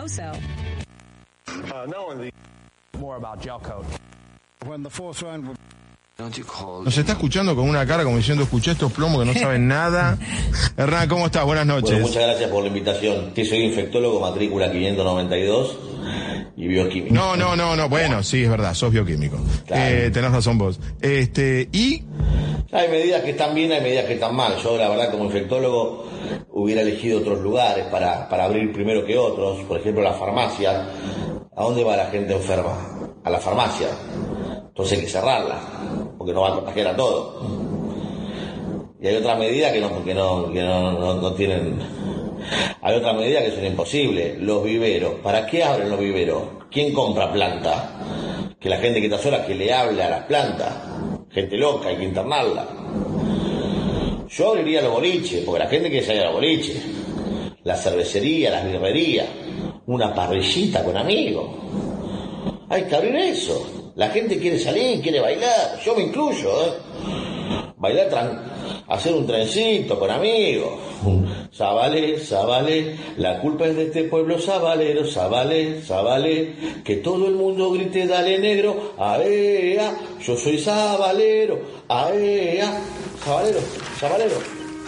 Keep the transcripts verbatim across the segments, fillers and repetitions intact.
Oso. Uh, no, in the more about gel coat. when the fourth round would... Nos está escuchando con una cara como diciendo, escuché estos plomos que no saben nada. Hernán, ¿cómo estás? Buenas noches. Bueno, muchas gracias por la invitación. Sí, soy infectólogo, matrícula quinientos noventa y dos y bioquímico. No, no, no, no, bueno, sí, es verdad, sos bioquímico. Claro. Eh, tenés razón vos. Este, y... Hay medidas que están bien, hay medidas que están mal. Yo, la verdad, como infectólogo, hubiera elegido otros lugares para, para abrir primero que otros. Por ejemplo, la farmacia. ¿A dónde va la gente enferma? A la farmacia. Entonces hay que cerrarla, porque no va a contagiar a todo. Y hay otra medida que no, que no, que no, no, no tienen... Hay otra medida que son imposibles. Los viveros. ¿Para qué abren los viveros? ¿Quién compra planta? Que la gente que está sola, que le hable a las plantas. Gente loca, hay que internarla. Yo abriría los boliches, porque la gente quiere salir a los boliches. La cervecería, las birrerías. Una parrillita con amigos. Hay que abrir eso. La gente quiere salir, quiere bailar. Yo me incluyo, ¿eh? Bailar, tran- hacer un trencito con amigos. Zabale, Zabale, la culpa es de este pueblo sabalero. Zabale, Zabale, que todo el mundo grite, dale negro. Aea, yo soy sabalero. Aea, sabalero, sabalero.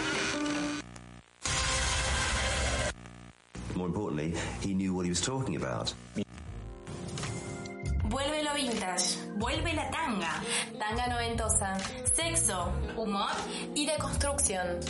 More importantly, he knew what he was talking about. Vuelve lo vintage, vuelve la tanga, tanga noventosa, sexo, humor y deconstrucción.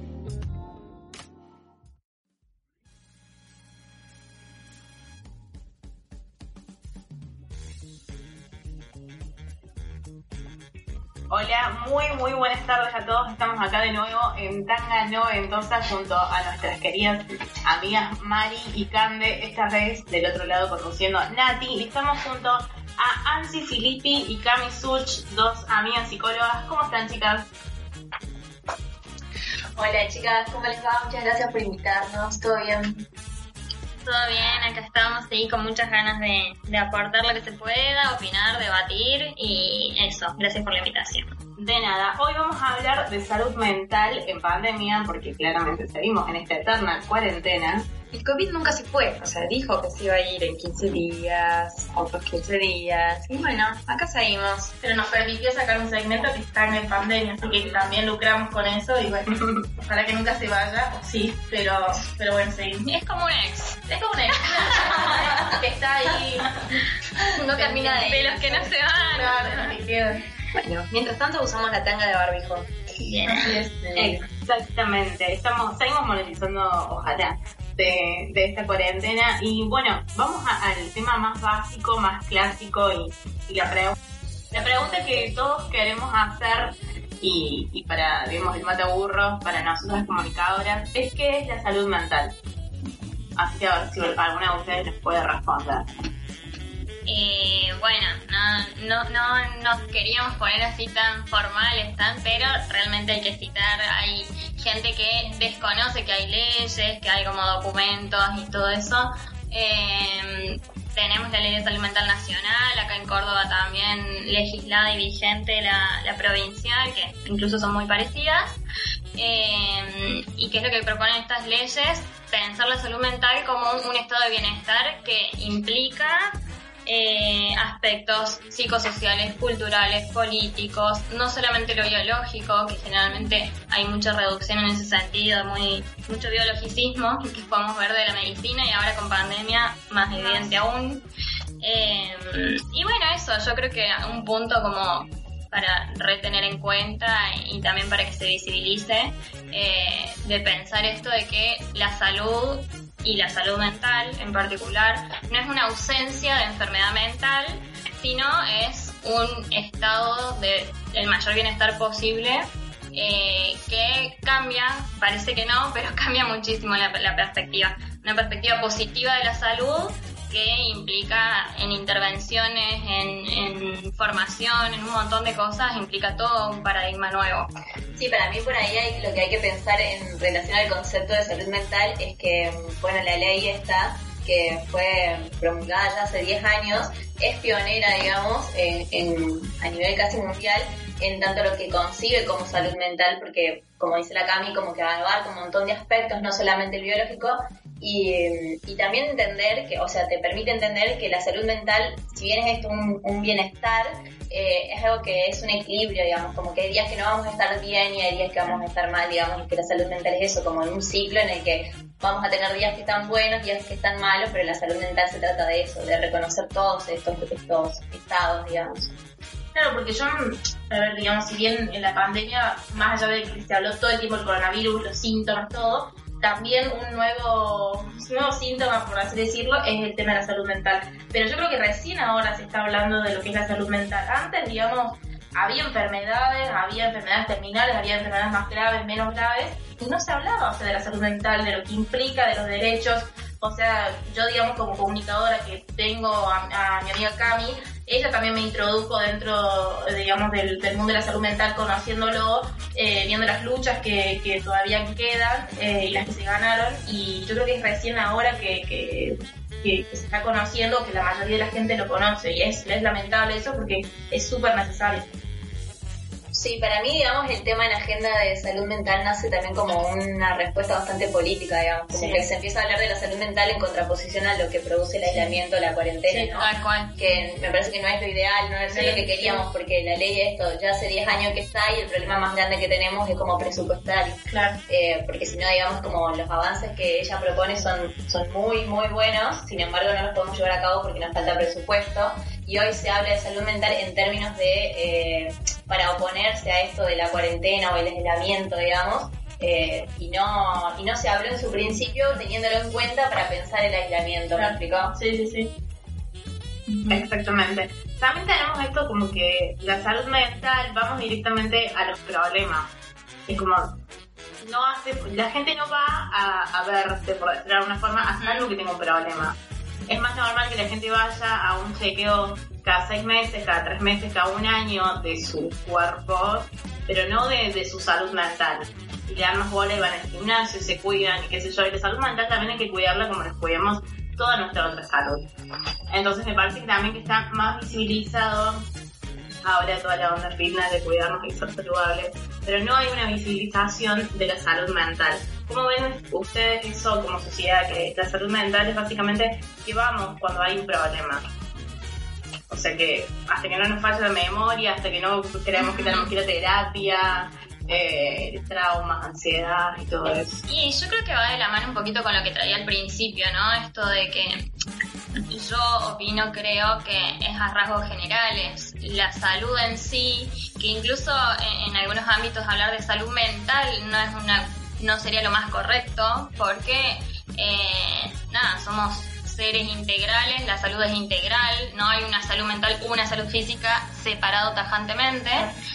Hola, muy muy buenas tardes a todos. Estamos acá de nuevo en Tanga Noventosa junto a nuestras queridas amigas Mari y Cande, esta vez del otro lado conduciendo Nati, y estamos junto a Ansi Filippi y Cami Such, dos amigas psicólogas. ¿Cómo están, chicas? Hola chicas, ¿cómo les va? Muchas gracias por invitarnos, ¿todo bien? Todo bien, acá estamos sí, con muchas ganas de, de aportar lo que se pueda, opinar, debatir y eso, gracias por la invitación. De nada, hoy vamos a hablar de salud mental en pandemia porque claramente seguimos en esta eterna cuarentena. El COVID nunca se fue, o sea, dijo que se iba a ir en quince días, otros quince días, y bueno, acá seguimos. Pero nos permitió sacar un segmento que está en pandemia, así que también lucramos con eso y bueno, ojalá que nunca se vaya, sí, pero pero bueno, seguimos. Es como un ex, es como un ex, que está ahí, no termina de de los que no se van. Claro, no te quedan. Bueno, mientras tanto usamos la tanga de barbijo. Bien. Así es. Exactamente, estamos, seguimos monetizando, ojalá, de, de esta cuarentena. Y bueno, vamos a, al tema más básico, más clásico y, y la, pre- la pregunta que todos queremos hacer y, y para, digamos, el mataburro, para nosotras comunicadoras, es ¿qué es la salud mental? Así que a ver si alguna de ustedes nos puede responder. Eh, bueno, no, no, no nos queríamos poner así tan formales, tan, pero realmente hay que citar, hay gente que desconoce que hay leyes, que hay como documentos y todo eso. Eh, tenemos la Ley de Salud Mental Nacional, acá en Córdoba también legislada y vigente la, la provincial, que incluso son muy parecidas. Eh, y qué es lo que proponen estas leyes, pensar la salud mental como un, un estado de bienestar que implica Eh, aspectos psicosociales, culturales, políticos, no solamente lo biológico, que generalmente hay mucha reducción en ese sentido, muy mucho biologicismo que podemos ver de la medicina y ahora con pandemia más evidente aún. Eh, y bueno, eso, yo creo que un punto como para retener en cuenta y también para que se visibilice, eh, de pensar esto de que la salud y la salud mental en particular no es una ausencia de enfermedad mental, sino es un estado de, del mayor bienestar posible, eh, que cambia, parece que no, pero cambia muchísimo la, la perspectiva. Una perspectiva positiva de la salud que implica en intervenciones, en, en formación, en un montón de cosas, implica todo un paradigma nuevo. Sí, para mí por ahí hay, lo que hay que pensar en relación al concepto de salud mental es que, bueno, la ley esta, que fue promulgada ya hace diez años, es pionera, digamos, en, en, a nivel casi mundial en tanto lo que concibe como salud mental, porque como dice la Cami, como que abarca un montón de aspectos, no solamente el biológico, y, y también entender que, o sea, te permite entender que la salud mental, si bien es esto un, un bienestar, eh, es algo que es un equilibrio, digamos, como que hay días que no vamos a estar bien y hay días que vamos a estar mal, digamos, y que la salud mental es eso, como en un ciclo en el que vamos a tener días que están buenos, días que están malos, pero la salud mental se trata de eso, de reconocer todos estos, estos estados, digamos. Claro, porque yo, a ver, digamos, si bien en la pandemia, más allá de que se habló todo el tiempo del coronavirus, los síntomas, todo, también un nuevo, un nuevo síntoma, por así decirlo, es el tema de la salud mental. Pero yo creo que recién ahora se está hablando de lo que es la salud mental. Antes, digamos, había enfermedades, había enfermedades terminales, había enfermedades más graves, menos graves, y no se hablaba, o sea, de la salud mental, de lo que implica, de los derechos. O sea, yo, digamos, como comunicadora que tengo a, a mi amiga Cami, ella también me introdujo dentro, digamos, del, del mundo de la salud mental, conociéndolo, eh, viendo las luchas que, que todavía quedan eh, y las que se ganaron, y yo creo que es recién ahora que, que, que, que se está conociendo, que la mayoría de la gente lo conoce, y es, es lamentable eso porque es súper necesario. Sí, para mí, digamos, el tema en la agenda de salud mental nace también como una respuesta bastante política, digamos, como sí. que se empieza a hablar de la salud mental en contraposición a lo que produce el aislamiento, la cuarentena, sí, ¿no? Tal cual. Que me parece que no es lo ideal, no es, sí, no es lo que queríamos, sí. porque la ley esto ya hace diez años que está y el problema más grande que tenemos es como presupuestario. Claro. Eh, porque si no, digamos, como los avances que ella propone son, son muy, muy buenos, sin embargo no los podemos llevar a cabo porque nos falta presupuesto. Y hoy se habla de salud mental en términos de, eh, para oponerse a esto de la cuarentena o el aislamiento, digamos, eh, y no y no se habló en su principio teniéndolo en cuenta para pensar el aislamiento, ¿me explicó? Sí, sí, sí. Exactamente. También tenemos esto como que la salud mental, vamos directamente a los problemas. Es como, no hace, la gente no va a, a verse, por decirlo de alguna forma, a algo que tenga un problema. Es más normal que la gente vaya a un chequeo cada seis meses, cada tres meses, cada un año de su cuerpo, pero no de, de su salud mental. Y le dan más bola y van al gimnasio, se cuidan y qué sé yo. Y la salud mental también hay que cuidarla como nos cuidamos toda nuestra otra salud. Entonces me parece que también que está más visibilizado ahora toda la onda fitness de cuidarnos y ser saludables, pero no hay una visibilización de la salud mental. ¿Cómo ven ustedes eso como sociedad? Que la salud mental es básicamente que vamos cuando hay un problema. O sea que hasta que no nos falle la memoria, hasta que no creamos que tenemos que ir a terapia, eh, traumas, ansiedad y todo eso. Y yo creo que va de la mano un poquito con lo que traía al principio, ¿no? Esto de que yo opino, creo que es a rasgos generales. La salud en sí, que incluso en, en algunos ámbitos hablar de salud mental no es una, no sería lo más correcto, porque eh, nada, somos seres integrales, la salud es integral, no hay una salud mental, una salud física separado tajantemente.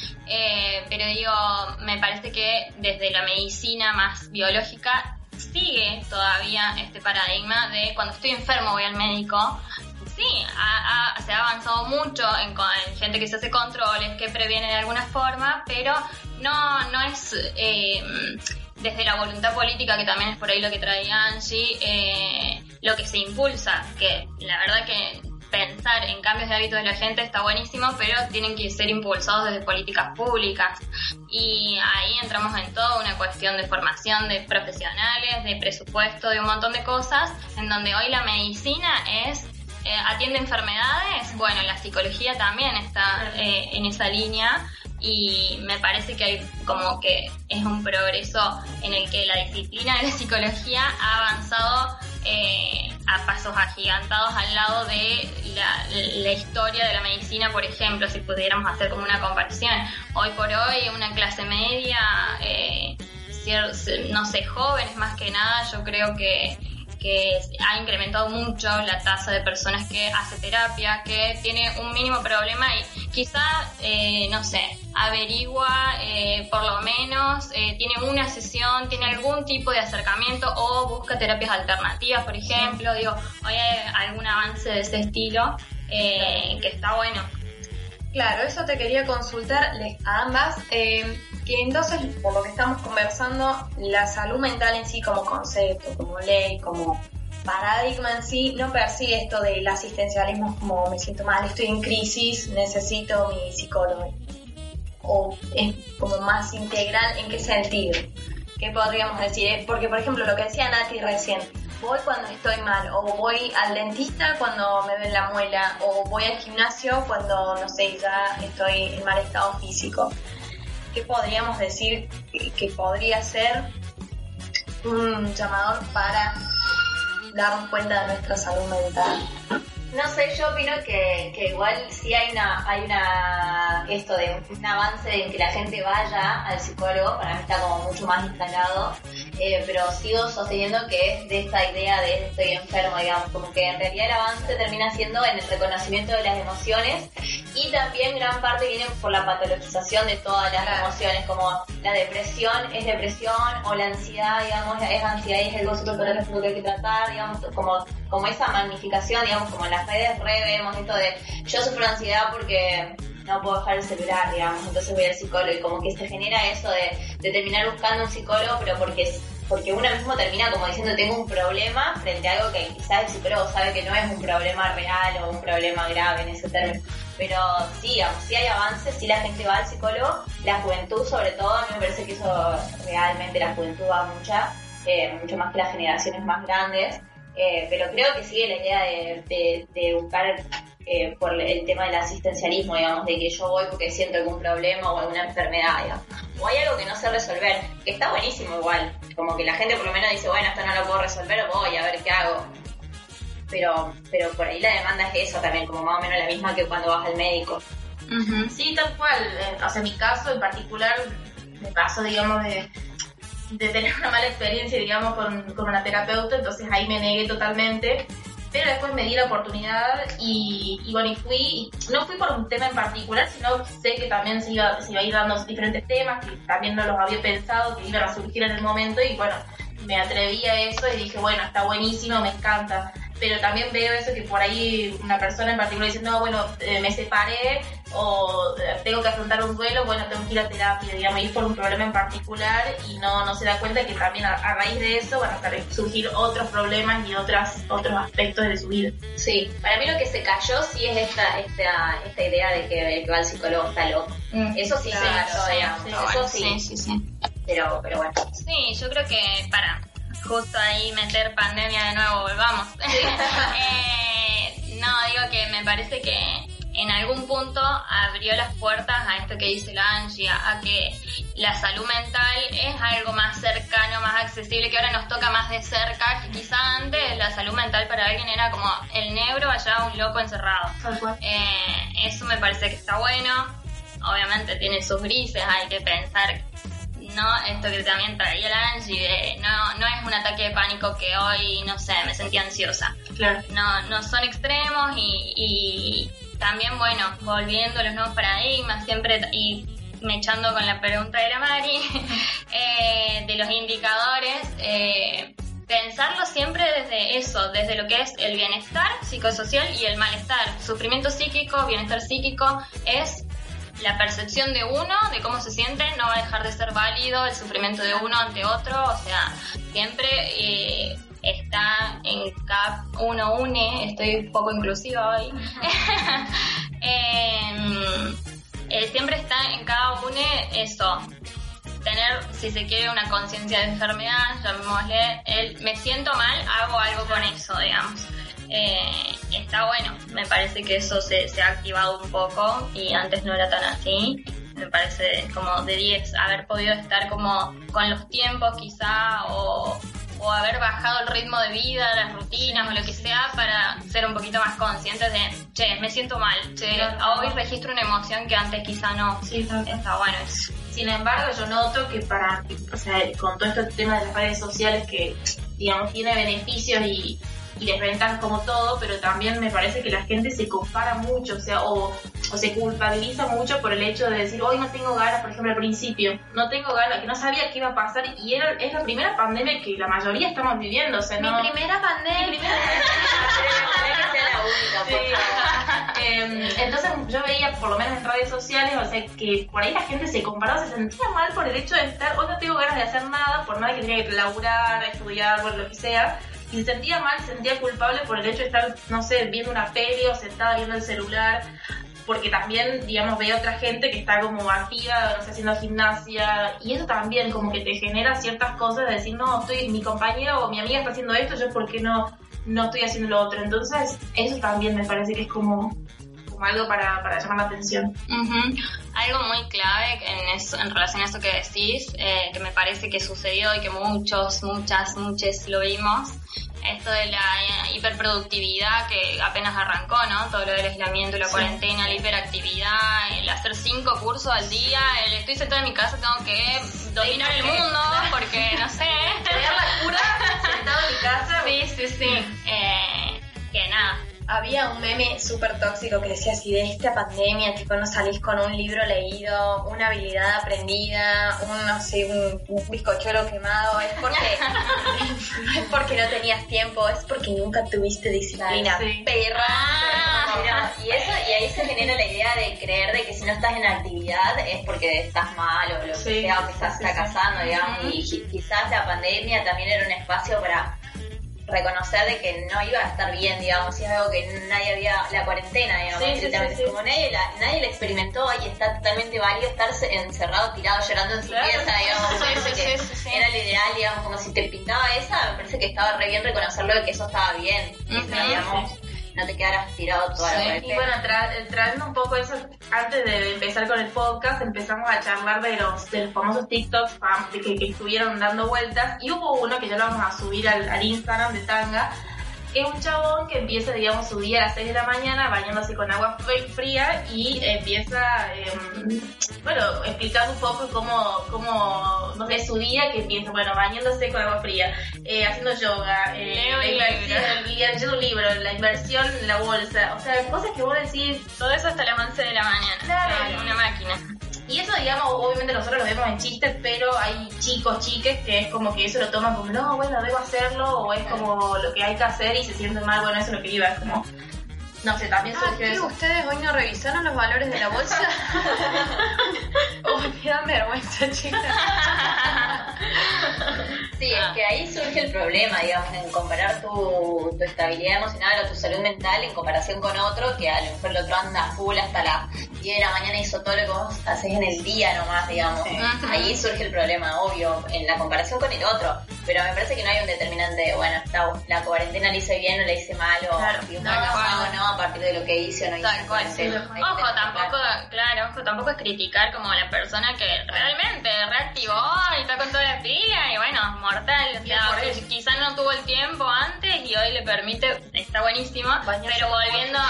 Eh, pero digo, me parece que desde la medicina más biológica sigue todavía este paradigma de cuando estoy enfermo voy al médico. Sí, ha, ha, se ha avanzado mucho en, en gente que se hace controles, que previene de alguna forma, pero no, no es eh, desde la voluntad política, que también es por ahí lo que traía Angie, eh, lo que se impulsa, que la verdad que pensar en cambios de hábitos de la gente está buenísimo, pero tienen que ser impulsados desde políticas públicas. Y ahí entramos en toda una cuestión de formación de profesionales, de presupuesto, de un montón de cosas, en donde hoy la medicina es eh, atiende enfermedades. Bueno, la psicología también está eh, en esa línea, y me parece que hay como que es un progreso en el que la disciplina de la psicología ha avanzado eh, a pasos agigantados al lado de la, la historia de la medicina, por ejemplo, si pudiéramos hacer como una comparación. Hoy por hoy una clase media, eh, no sé, jóvenes más que nada, yo creo que que ha incrementado mucho la tasa de personas que hace terapia, que tiene un mínimo problema y quizá, eh, no sé, averigua eh, por lo menos, eh, tiene una sesión, tiene algún tipo de acercamiento o busca terapias alternativas, por ejemplo. Digo, hoy hay algún avance de ese estilo eh, que está bueno. Claro, eso te quería consultar a ambas, eh, que entonces, por lo que estamos conversando, la salud mental en sí como concepto, como ley, como paradigma en sí, no persigue esto del asistencialismo como me siento mal, estoy en crisis, necesito mi psicólogo. o es como más integral? ¿En qué sentido? ¿Qué podríamos decir? Porque, por ejemplo, lo que decía Nati recién, voy cuando estoy mal, o voy al dentista cuando me ven la muela, o voy al gimnasio cuando, no sé, ya estoy en mal estado físico. ¿Qué podríamos decir que, que podría ser un llamador para darnos cuenta de nuestra salud mental? No sé, yo opino que, que igual sí hay una, hay una, esto de un avance en que la gente vaya al psicólogo, para mí está como mucho más instalado, eh, pero sigo sosteniendo que es de esta idea de estoy enfermo, digamos, como que en realidad el avance termina siendo en el reconocimiento de las emociones, y también gran parte viene por la patologización de todas las claro. emociones, como la depresión es depresión, o la ansiedad, digamos, es ansiedad y es algo súper patológico que hay que tratar, digamos, como, como esa magnificación, digamos, como en las redes re vemos esto de yo sufro ansiedad porque no puedo dejar el celular, digamos, entonces voy al psicólogo, y como que se genera eso de, de terminar buscando un psicólogo, pero porque porque uno mismo termina como diciendo tengo un problema frente a algo que quizás el psicólogo sabe que no es un problema real o un problema grave en ese término. Pero sí, digamos, sí hay avances, sí la gente va al psicólogo, la juventud sobre todo, a mí me parece que eso realmente la juventud va mucha, eh, mucho más que las generaciones más grandes, eh, pero creo que sigue la idea de, de, de buscar eh, por el tema del asistencialismo, digamos, de que yo voy porque siento algún problema o alguna enfermedad, digamos, o hay algo que no sé resolver, que está buenísimo igual, como que la gente por lo menos dice, bueno, esto no lo puedo resolver, voy a ver qué hago. Pero, pero por ahí la demanda es eso también, como más o menos la misma que cuando vas al médico. Uh-huh. Sí, tal cual. O sea, en mi caso en particular me pasó, digamos, de, de tener una mala experiencia, digamos, con, con una terapeuta, entonces ahí me negué totalmente. Pero después me di la oportunidad y, y bueno, y fui, no fui por un tema en particular, sino sé que también se iba, se iba a ir dando diferentes temas, que también no los había pensado, que iban a surgir en el momento, y bueno, me atreví a eso y dije, bueno, está buenísimo, me encanta. Pero también veo eso que por ahí una persona en particular dice, no, bueno, eh, me separé o eh, tengo que afrontar un duelo, bueno, tengo que ir a terapia, digamos, ir por un problema en particular, y no, no se da cuenta que también a, a raíz de eso van a surgir otros problemas y otras, otros aspectos de su vida. Sí, para mí lo que se cayó sí es esta, esta, esta idea de que el que va al psicólogo está loco. Mm, eso sí, claro, se cayó, digamos, sí, eso bueno, sí. sí, sí, sí. Pero, pero bueno. Sí, yo creo que para justo ahí meter pandemia de nuevo, volvamos. eh, no, digo que me parece que en algún punto abrió las puertas a esto que dice la Angie, a que la salud mental es algo más cercano, más accesible, que ahora nos toca más de cerca, que quizá antes la salud mental para alguien era como el negro allá, un loco encerrado. Eh, eso me parece que está bueno. Obviamente tiene sus grises, hay que pensar, no, esto que también traía la Angie, de, no, no es un ataque de pánico que hoy, no sé, me sentí ansiosa. Claro. No, no son extremos, y, y también, bueno, volviendo a los nuevos paradigmas, siempre, y me echando con la pregunta de la Mari, eh, de los indicadores, eh, pensarlo siempre desde eso, desde lo que es el bienestar psicosocial y el malestar. Sufrimiento psíquico, bienestar psíquico, es la percepción de uno, de cómo se siente, no va a dejar de ser válido el sufrimiento de uno ante otro, o sea, siempre eh, está en cada uno une, estoy un poco inclusiva hoy, eh, eh, siempre está en cada uno eso, tener, si se quiere, una conciencia de enfermedad, llamémosle, el me siento mal, hago algo con eso, digamos. Eh, está bueno, me parece que eso se, se ha activado un poco y antes no era tan así. Me parece como de diez haber podido estar como con los tiempos quizá, o, o haber bajado el ritmo de vida, las rutinas o lo que sea, para ser un poquito más conscientes de, che, me siento mal, che, hoy registro una emoción que antes quizá no. Sí, claro. Está bueno eso. Sin embargo, yo noto que para, o sea, con todo este tema de las redes sociales, que digamos tiene beneficios y y desventajas como todo, pero también me parece que la gente se compara mucho, o sea, o, o se culpabiliza mucho por el hecho de decir, hoy no tengo ganas, por ejemplo, al principio, no tengo ganas, que no sabía qué iba a pasar, y era, es la primera pandemia que la mayoría estamos viviendo, o sea, no... Mi primera pandemia. Mi primera pandemia. Sí. eh, entonces yo veía, por lo menos en redes sociales, o sea, que por ahí la gente se comparaba, se sentía mal por el hecho de estar, hoy no tengo ganas de hacer nada, por nada que tenía que laburar, estudiar, por lo que sea, y se sentía mal, se sentía culpable por el hecho de estar, no sé, viendo una peli o sentada viendo el celular. porque también, digamos, veo otra gente que está como activa, no sé, haciendo gimnasia, y eso también como que te genera ciertas cosas de decir, no, estoy, mi compañero o mi amiga está haciendo esto, yo por qué no, no estoy haciendo lo otro. Entonces, eso también me parece que es como, como algo para, para llamar la atención. Uh-huh. Algo muy clave en, eso, en relación a eso que decís, eh, que me parece que sucedió y que muchos, muchas, muchos lo vimos, esto de la hiperproductividad que apenas arrancó, ¿no? Todo lo del aislamiento, la sí, cuarentena, sí. La hiperactividad, el hacer cinco cursos al día, el estoy sentada en mi casa, tengo que dominar sí, el mundo, claro. Porque, no sé... Crear la cura sentado en mi casa. Sí, sí, sí. Eh, que nada. Había un meme súper tóxico que decía, si de esta pandemia tipo no salís con un libro leído, una habilidad aprendida, un, no sé, un, un bizcochuelo quemado, es porque no es porque no tenías tiempo, es porque nunca tuviste disciplina, sí. Perra. Ah, no, y eso, y ahí se genera la idea de creer de que si no estás en actividad es porque estás mal o lo que sí, sea, o que estás sí, fracasando, sí. digamos, uh-huh. Y quizás la pandemia también era un espacio para reconocer de que no iba a estar bien, digamos, y es algo que nadie había, la cuarentena, digamos, sí, sí, sí, sí. Como nadie la, nadie la experimentó y está totalmente válido estarse encerrado, tirado, llorando en su claro. pieza, digamos, sí, eso sí, que sí, sí. Era lo ideal, digamos, como si te pintaba esa, me parece que estaba re bien reconocerlo de que eso estaba bien, uh-huh. que, digamos, sí. No te quedaras tirado toda sí. la cuarentena. Y bueno, tra- trayendo un poco eso, antes de empezar con el podcast, empezamos a charlar de los, de los famosos TikToks que, que estuvieron dando vueltas, y hubo uno que ya lo vamos a subir al, al Instagram de Tanga, que es un chabón que empieza, digamos, su día a las seis de la mañana bañándose con agua fría y empieza, eh, bueno, explicando un poco cómo, cómo, no sé, su día, que empieza, bueno, bañándose con agua fría, eh, haciendo yoga, eh, leo el leyendo un libro, la inversión en la bolsa, o sea, cosas que vos decís... Todo eso hasta las once de la mañana, claro, en una máquina. Y eso, digamos, obviamente nosotros lo vemos en chistes, pero hay chicos, chiques, que es como que eso lo toman como, no, bueno, debo hacerlo, o es como lo que hay que hacer y se sienten mal, bueno, eso es lo que iba, es como, no sé, también ah, surgió ¿qué? eso. ¿Ustedes hoy no revisaron los valores de la bolsa? Uy, me dan vergüenza, chicas. Sí, es que ahí surge el problema, digamos, en comparar tu, tu estabilidad emocional o tu salud mental en comparación con otro, que a lo mejor el otro anda full hasta las diez de la mañana, hizo todo lo que vos haces en el día nomás, digamos. Sí. Ahí surge el problema, obvio, en la comparación con el otro. Pero me parece que no hay un determinante de, bueno, esta, la cuarentena la hice bien o la hice mal, o claro, si no, o no, a partir de lo que hice o no hice. Tal cual, sí. Ojo, tampoco, claro, ojo, tampoco es criticar como la persona que realmente reactivó y está con toda la pila y bueno, mortal, o sea, quizás no tuvo el tiempo antes y hoy le permite, está buenísimo, bañarse, pero volviendo,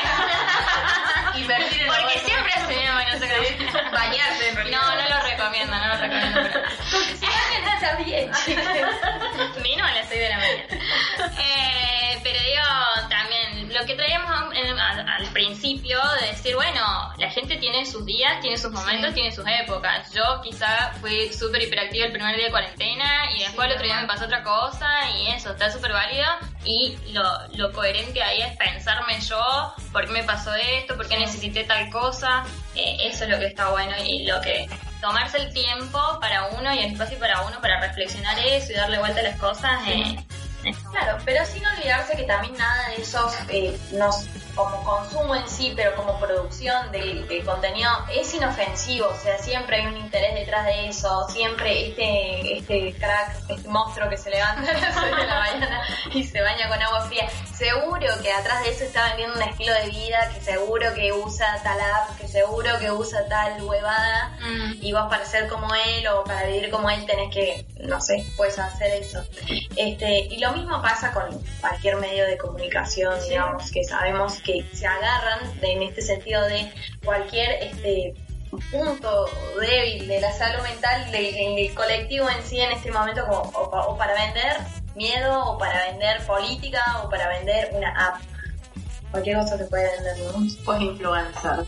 volviendo invertir en porque siempre se ve bañarse, sí. bañarse en realidad. No, no lo recomiendo, no lo recomiendo. Pero... si no está bien, chicos. Vino a las seis de la mañana. Eh, pero digo, también, lo que traíamos al, al principio de decir, bueno, la gente tiene sus días, tiene sus momentos, sí. tiene sus épocas. Yo quizá fui súper hiperactiva el primer día de cuarentena y después sí, el otro día me pasó otra cosa y eso, está súper válido. Y lo, lo coherente ahí es pensarme yo, por qué me pasó esto, por qué sí. necesité tal cosa. Eh, eso es lo que está bueno y lo que... Tomarse el tiempo para uno y el espacio para uno para reflexionar eso y darle vuelta a las cosas. Sí. Eh, claro, pero sin olvidarse que también nada de eso eh, nos, como consumo en sí, pero como producción de, de contenido es inofensivo, o sea, siempre hay un interés detrás de eso, siempre este este crack, este monstruo que se levanta a las seis de la mañana y se baña con agua fría, seguro que atrás de eso está vendiendo un estilo de vida, que seguro que usa tal app, que seguro que usa tal huevada mm. y vos para ser como él o para vivir como él tenés que, no sé, puedes hacer eso. Este, y lo mismo pasa con cualquier medio de comunicación, sí. digamos, que sabemos que se agarran de, en este sentido de cualquier este punto débil de la salud mental del, del colectivo en sí en este momento, como, o, o para vender miedo, o para vender política, o para vender una app. Cualquier cosa se puede vender, ¿no? Pues influencer.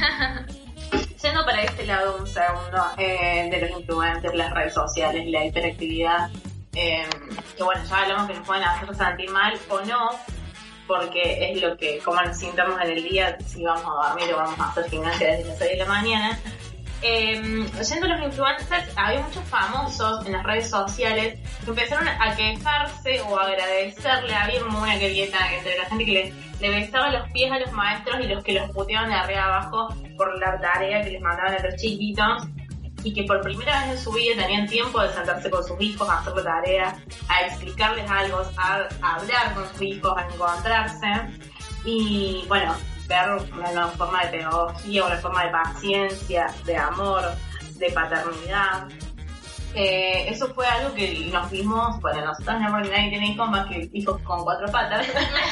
Yendo para este lado un segundo, eh, de los influencers, las redes sociales, la hiperactividad, eh, que bueno, ya hablamos que nos pueden hacer sentir mal o no, porque es lo que, como nos sintamos en el día, si vamos a dormir o vamos a hacer gimnasia desde las seis de la mañana, Eh, oyendo los influencers, había muchos famosos en las redes sociales que empezaron a quejarse o a agradecerle. Había como una grieta entre la gente que le, le besaba los pies a los maestros y los que los puteaban de arriba abajo por la tarea que les mandaban a los chiquitos, y que por primera vez en su vida tenían tiempo de sentarse con sus hijos, a hacer la tarea, a explicarles algo, a, a hablar con sus hijos, a encontrarse y bueno, ver una nueva forma de pedagogía, una forma de paciencia, de amor, de paternidad. Eh, eso fue algo que nos vimos, bueno, nosotros no, porque nadie tiene hijos más que hijos con cuatro patas,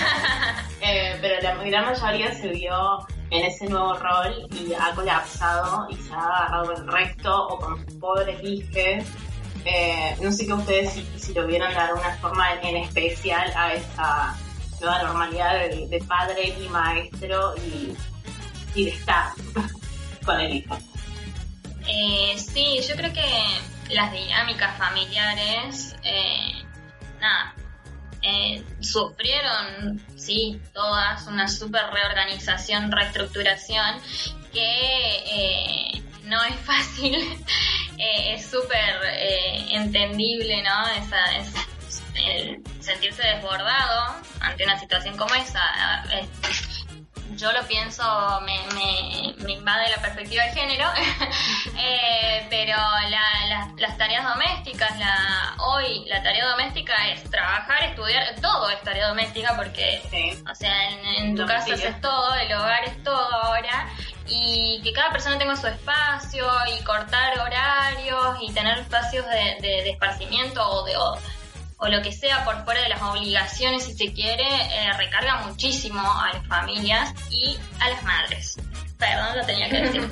eh, pero la gran mayoría se vio en ese nuevo rol y ha colapsado y se ha agarrado el recto o con sus pobres hijes. Eh, no sé qué ustedes si, si lo vieron de alguna forma en, en especial a esa nueva normalidad de, de padre y maestro y, y de estar con el hijo. Eh, sí, yo creo que las dinámicas familiares, eh, nada, eh, sufrieron, sí, todas una súper reorganización, reestructuración que eh, no es fácil, eh, es súper eh, entendible, ¿no? Esa, es, el sentirse desbordado ante una situación como esa. Eh, yo lo pienso, me, me, me invade la perspectiva de género, eh, pero la, la, las tareas domésticas, la, hoy la tarea doméstica es trabajar, estudiar, todo es tarea doméstica porque, sí. O sea, en, en tu casa es todo, el hogar es todo ahora, y que cada persona tenga su espacio y cortar horarios y tener espacios de, de, de esparcimiento o de... O, o lo que sea por fuera de las obligaciones, si se quiere, eh, recarga muchísimo a las familias y a las madres. Perdón, lo tenía que decir.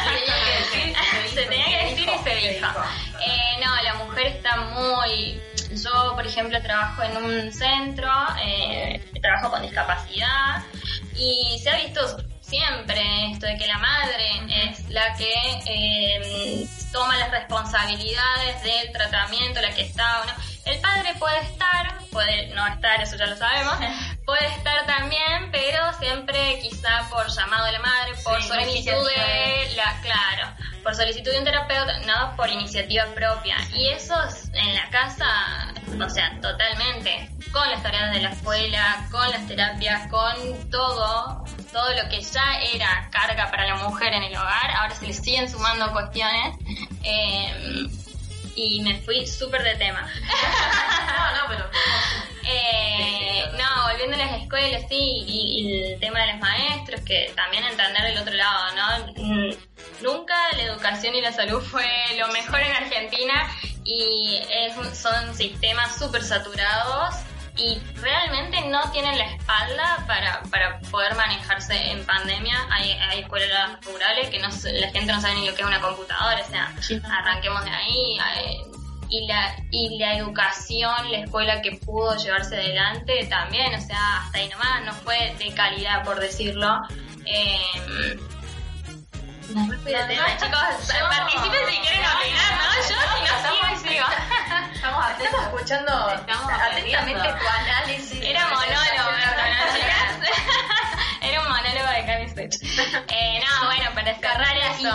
Se tenía que decir y se dijo. Eh, no, la mujer está muy... Yo, por ejemplo, trabajo en un centro, eh, trabajo con discapacidad y se ha visto siempre esto de que la madre es la que eh, toma las responsabilidades del tratamiento, la que está o no. El padre puede estar, puede no estar, eso ya lo sabemos, puede estar también, pero siempre quizá por llamado de la madre, por sí, solicitud de la, claro, por solicitud de un terapeuta, no por iniciativa propia. Y eso en la casa, o sea, totalmente, con las tareas de la escuela, con las terapias, con todo, todo lo que ya era carga para la mujer en el hogar, ahora se le siguen sumando cuestiones. Eh, y me fui súper de tema. No, no, pero... eh, no, volviendo a las escuelas, sí, y, y el tema de los maestros, que también entender el otro lado, ¿no? Nunca la educación y la salud fue lo mejor en Argentina y es, son sistemas súper saturados y realmente no tienen la espalda para, para poder manejarse en pandemia. Hay, hay escuelas rurales que no, la gente no sabe ni lo que es una computadora, o sea, arranquemos de ahí. Y la, y la educación, la escuela que pudo llevarse adelante también, o sea, hasta ahí nomás, no fue de calidad, por decirlo. Eh, No me fui de tema, no, chicos. Yo, participen si quieren opinar, ¿no? Yo si no sigo y sigo. Estamos atentos, escuchando estamos atentamente tu análisis. Era monólogo, ¿no, chicas? Era un monólogo de Cami Switch. Eh, no, bueno, para cerrar eso.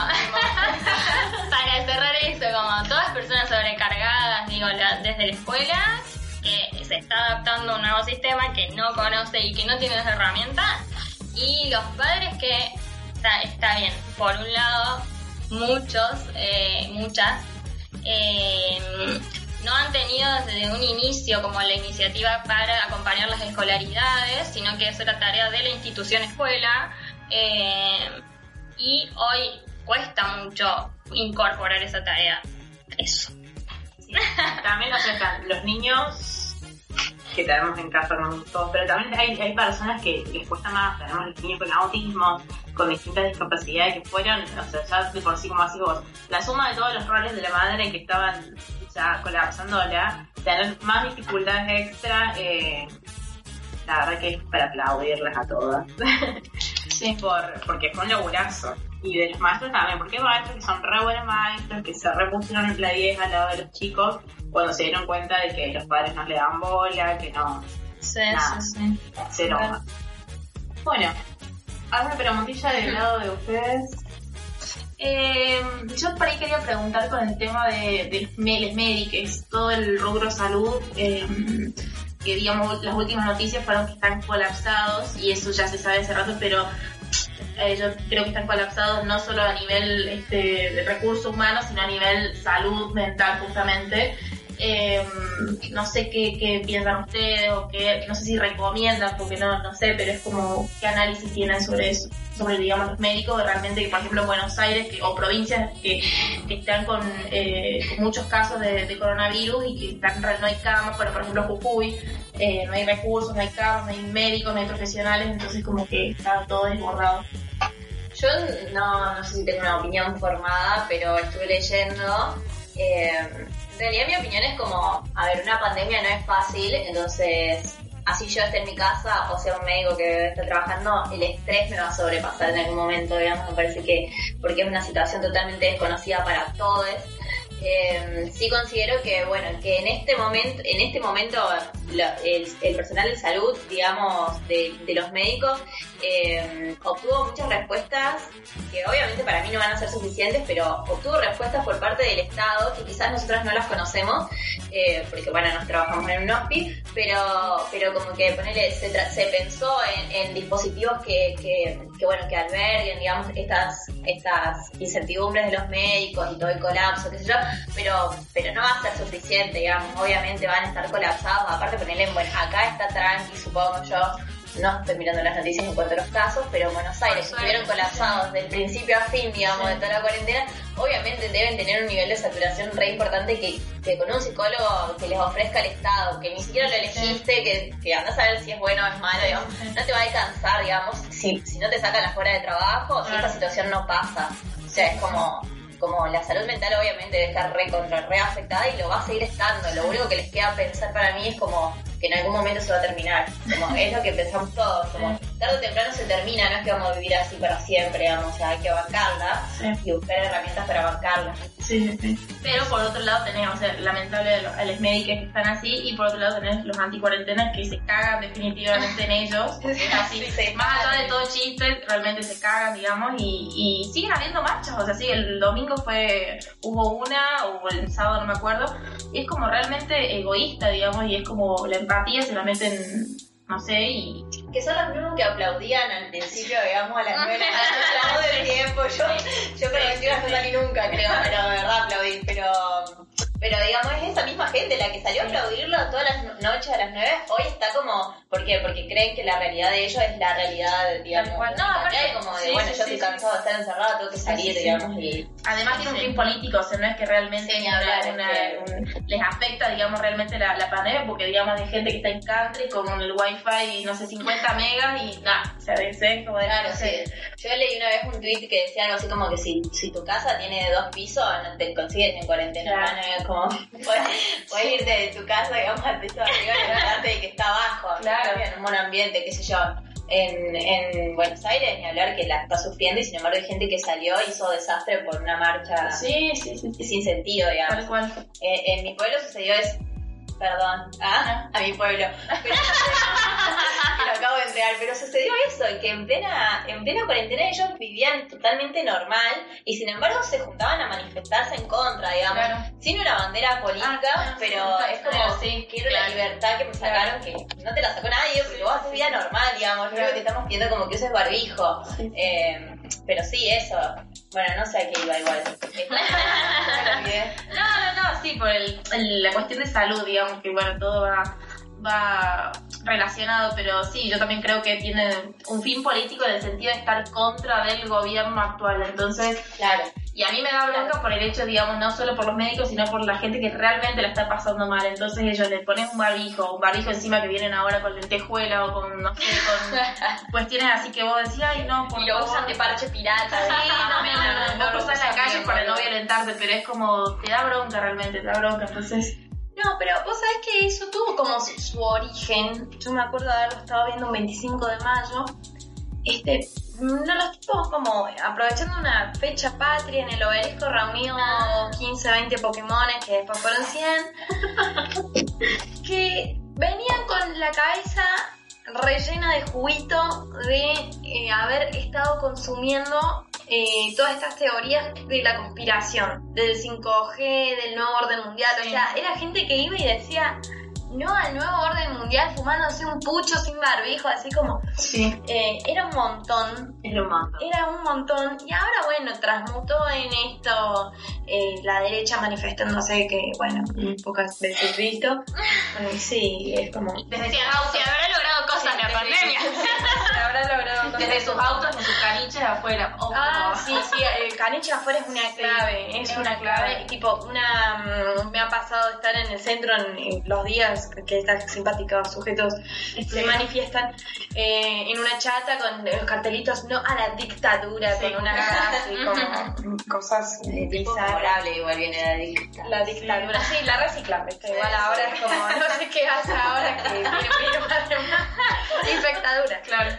Para cerrar eso, como todas personas sobrecargadas, digo, la, desde la escuela, que se está adaptando a un nuevo sistema que no conoce y que no tiene las herramientas, y los padres que... Está, está bien, por un lado, muchos, eh, muchas, eh, no han tenido desde un inicio como la iniciativa para acompañar las escolaridades, sino que eso era tarea de la institución escuela, eh, y hoy cuesta mucho incorporar esa tarea. Eso. Sí, también nos están los niños que tenemos en casa con todos, pero también hay, hay personas que les cuesta más. Tenemos los niños con autismo, con distintas discapacidades que fueron, o sea, ya de por sí, como así vos, la suma de todos los roles de la madre que estaban ya colapsándola, tener más dificultades extra, eh, la verdad que es para aplaudirlas a todas. Sí, por, porque fue un laburazo. Y de los maestros también, porque hay maestros que son re buenos maestros, que se repusieron la diez al lado de los chicos cuando se dieron cuenta de que los padres no le dan bola, que no... Sí, nada, sí, sí. Cero más. Bueno, ¿alguna preguntilla del lado de ustedes? Eh, yo por ahí quería preguntar con el tema de, de los médicos, todo el rubro salud, eh, que digamos las últimas noticias fueron que están colapsados y eso ya se sabe hace rato, pero eh, yo creo que están colapsados no solo a nivel este, de recursos humanos, sino a nivel salud mental justamente. Eh, no sé qué, qué piensan ustedes o qué, no sé si recomiendan, porque no, no sé, pero es como qué análisis tienen sobre eso, sobre digamos los médicos realmente que por ejemplo en Buenos Aires que, o provincias que, que están con, eh, con muchos casos de, de coronavirus y que están, no hay camas, bueno, por ejemplo Jujuy, eh, no hay recursos, no hay camas, no hay médicos, no hay profesionales, entonces como que está todo desbordado. Yo no, no sé si tengo una opinión formada, pero estuve leyendo. Eh, en realidad mi opinión es como, a ver, una pandemia no es fácil, entonces así yo esté en mi casa o sea un médico que esté trabajando, el estrés me va a sobrepasar en algún momento, digamos, me parece que porque es una situación totalmente desconocida para todos. Eh, sí considero que bueno que en este momento en este momento la, el, el personal de salud, digamos, de, de los médicos eh, obtuvo muchas respuestas que obviamente para mí no van a ser suficientes, pero obtuvo respuestas por parte del Estado que quizás nosotros no las conocemos, eh, porque bueno, nos trabajamos en un hospital, pero pero como que ponele, se, tra- se pensó en, en dispositivos que, que, que bueno que alberguen, digamos, estas estas incertidumbres de los médicos y todo el colapso, qué sé yo, pero pero no va a ser suficiente, digamos, obviamente van a estar colapsados, aparte ponerle, bueno, acá está tranqui, supongo yo, no estoy mirando las noticias en cuanto a los casos, pero en Buenos Aires estuvieron colapsados del principio a fin, digamos, sí, de toda la cuarentena, obviamente deben tener un nivel de saturación re importante que, que con un psicólogo que les ofrezca el Estado, que ni siquiera lo elegiste, sí, que, que andás a ver si es bueno o es malo, digamos, no te va a alcanzar, digamos, si, si no te sacan afuera de trabajo, si esta situación no pasa, o sea, es como... como la salud mental obviamente debe estar re contra re afectada y lo va a seguir estando. Lo único que les queda pensar para mí es como que en algún momento se va a terminar. Como es lo que pensamos todos, como tarde o temprano se termina, no es que vamos a vivir así para siempre, digamos, o sea, hay que bancarla, sí, y buscar herramientas para bancarla. Sí, sí, sí. Pero por otro lado tenés, o sea, lamentable a los médicos que están así, y por otro lado tenés los anticuarentenas que se cagan definitivamente en ellos. Es así, sí, más allá de todo chiste, realmente se cagan, digamos, y, y siguen habiendo marchas, o sea, sí, el domingo fue, hubo una, o el sábado no me acuerdo, y es como realmente egoísta, digamos, y es como la empatía se la meten, no sé, y... que son los mismos que aplaudían al principio, digamos, a las nueve de la noche, todo el tiempo, yo, yo prometí no salí nunca, creo, pero de verdad aplaudí, pero... Pero digamos, es esa misma gente la que salió a aplaudirlo todas las noches a las nueve, hoy está como, ¿por qué? Porque creen que la realidad de ellos es la realidad, digamos, no, aparte, como de, sí, bueno, sí, yo estoy sí, cansado sí. de estar encerrado, tengo que salir, sí, sí, digamos, sí. y... Además tiene un fin político, o sea, no es que realmente sí, una, hablar, una, que... un, les afecta, digamos, realmente la, la pandemia, porque, digamos, hay gente que está en country con el wifi, no sé, cincuenta megas y nada, o sea, debe ser como de... Claro, sí. Yo leí una vez un tweet que decía algo así como que si, si tu casa tiene dos pisos, no te consigues en cuarentena, claro. ¿no? Como puedes, puedes irte de tu casa, digamos, al piso de arriba y levantarte de que está abajo, claro, en un buen ambiente, qué sé yo. En, en Buenos Aires, ni hablar que la está sufriendo, y sin embargo hay gente que salió y hizo desastre por una marcha, sí, sí, sí, sí. sin sentido, digamos. Tal cual. Eh, en mi pueblo sucedió eso. Perdón, ¿ah? a mi pueblo. Pero, lo acabo de entregar, pero sucedió eso, que en plena, en plena cuarentena ellos vivían totalmente normal y sin embargo se juntaban a manifestarse en contra, digamos, claro. sin una bandera política, ah, pero sí, es como, claro, sí, quiero claro. la libertad que me sacaron, claro. que no te la sacó nadie, porque vos haces vida normal, digamos, claro. lo que te estamos pidiendo como que uses barbijo. Sí. Eh, pero sí, eso. Bueno, no sé a qué iba igual. no, no, no, sí, por el, el, la cuestión de salud, digamos, que bueno, todo va, va relacionado, pero sí, yo también creo que tiene un fin político en el sentido de estar contra del gobierno actual, entonces, claro. Y a mí me da bronca por el hecho, digamos, no solo por los médicos, sino por la gente que realmente la está pasando mal. Entonces ellos le ponen un barbijo, un barbijo encima que vienen ahora con lentejuela o con, no sé, con cuestiones así que vos decís, ay, no, por y lo favor. usan de parche pirata. Sí, no, no, no, no, no, vos cruzás la calle para no violentarte, pero es como, te da bronca realmente, te da bronca, entonces... No, pero vos sabés que eso tuvo como su, su origen. Yo me acuerdo de haberlo estado viendo un veinticinco de mayo. Este... No, los tipos como aprovechando una fecha patria en el obelisco reunido quince, veinte Pokémones que después fueron cien que venían con la cabeza rellena de juguito de eh, haber estado consumiendo eh, todas estas teorías de la conspiración, del cinco G, del nuevo orden mundial. Sí. O sea, era gente que iba y decía no al nuevo orden mundial fumándose un pucho sin barbijo, así como... Sí. Eh, era un montón. Era un montón. Era un montón. Y ahora, bueno, transmutó en esto eh, la derecha manifestándose, que, bueno, pocas veces visto. Bueno, sí, es como... Desde se, autos, se habrá logrado cosas en la pandemia. Se habrá logrado cosas. Desde sus autos y sus caniches afuera. Oh, ah, no. sí, sí, el caniche afuera es una clave. Sí, es, es una, una clave. clave. Tipo, una... Me ha pasado estar en el centro en, en los días que estos simpáticos sujetos sí. se manifiestan eh, en una chata con los cartelitos no a la dictadura, sí. con una frase como cosas eh, bizarras. Igual viene la dictadura. La dictadura, sí, la reciclable. Está igual sí, ahora sí. Es como, no sé qué hace ahora que viene más infectadura. Claro.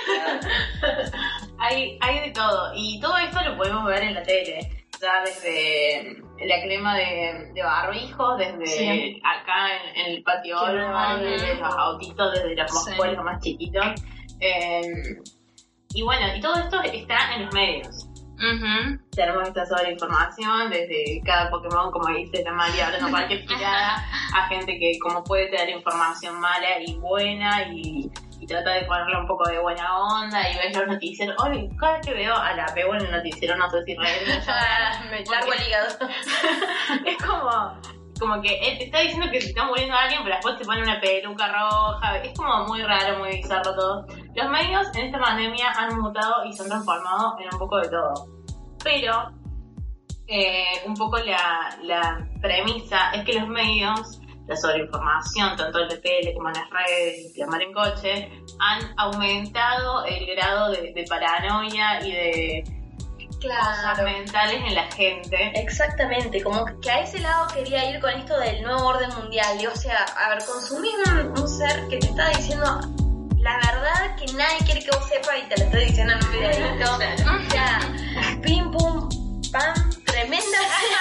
hay, hay de todo. Y todo esto lo podemos ver en la tele. Ya desde la crema de, de barbijos, desde sí. acá en, en el patio Olman, desde los autitos, desde los moscuelos sí. más chiquitos. Eh, y bueno, y todo esto está en los medios. Uh-huh. Tenemos esta sobreinformación desde cada Pokémon, como dice la María, hablando cualquier tirada, a gente que como puede tener información mala y buena y... y trata de ponerle un poco de buena onda y ves los noticieros. Hoy, cada vez que veo a la Pego en el noticiero, no sé si reír me largo el hígado. Es como, como que él te está diciendo que se está muriendo alguien, pero después te pone una peluca roja. Es como muy raro, muy bizarro todo. Los medios en esta pandemia han mutado y se han transformado en un poco de todo. Pero, eh, un poco la, la premisa es que los medios, la sobreinformación, tanto en la tele como en las redes, la mar en coche, han aumentado el grado de, de paranoia y de claro. cosas mentales en la gente. Exactamente, como que a ese lado quería ir con esto del nuevo orden mundial. Y, o sea, a ver, consumís un, un ser que te está diciendo la verdad que nadie quiere que vos sepas y te lo estoy diciendo en un videito. O sea, pim pum pam, tremenda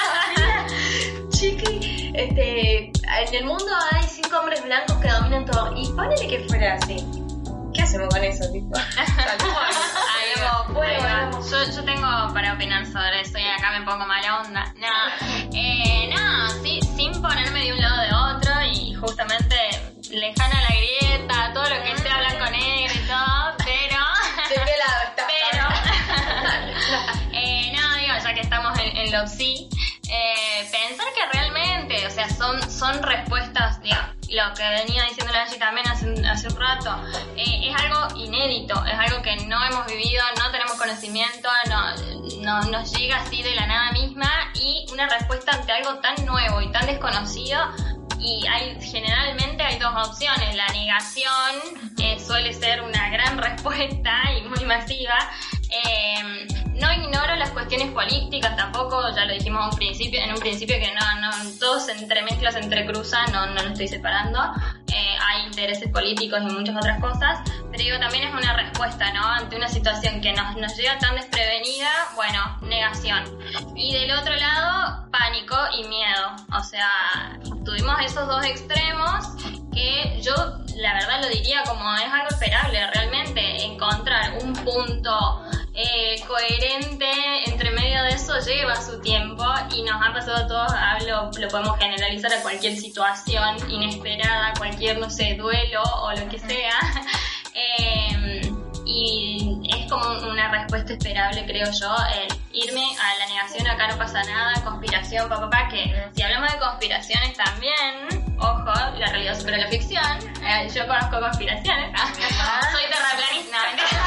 chiqui. Este, en el mundo hay cinco hombres blancos que dominan todo. Y ponele que fuera así. ¿Qué hacemos con eso, tipo? Ahí, bueno, yo, yo tengo para opinar sobre eso y acá me pongo mala onda. No, eh, no, sí, sin ponerme de un lado de otro y justamente lejana la grieta, todo lo que sea blanco negro y todo, pero... ¿De qué lado está? Pero... eh, no, digo, ya que estamos en, en lo sí, eh, pensar que realmente, o sea, son, son respuestas, digo, lo que venía diciendo la Angie también hace, hace un rato, eh, es algo inédito, es algo que no hemos vivido, no tenemos conocimiento, no, no nos llega así de la nada misma y una respuesta ante algo tan nuevo y tan desconocido. Y hay, generalmente hay dos opciones. La negación eh, suele ser una gran respuesta y muy masiva. Eh, no ignoro las cuestiones políticas tampoco, ya lo dijimos un principio, en un principio que no, no todo se entremezcla, se entrecruza, no, no lo estoy separando. Eh, hay intereses políticos y muchas otras cosas, pero digo, también es una respuesta, ¿no? Ante una situación que nos, nos llega tan desprevenida, bueno, negación. Y del otro lado, pánico y miedo. O sea, tuvimos esos dos extremos que yo, la verdad, lo diría como es algo esperable, realmente, encontrar un punto eh, coherente entre medio de eso lleva su tiempo y nos ha pasado a todos, hablo, lo podemos generalizar a cualquier situación inesperada, cualquier, no sé, duelo o lo que sea. eh, y es como una respuesta esperable, creo yo, el irme a la negación, acá no pasa nada, conspiración, papá, papá, que si hablamos de conspiraciones también, ojo, la realidad supera la ficción, eh, yo conozco conspiraciones, soy terraplanista, no, mentira.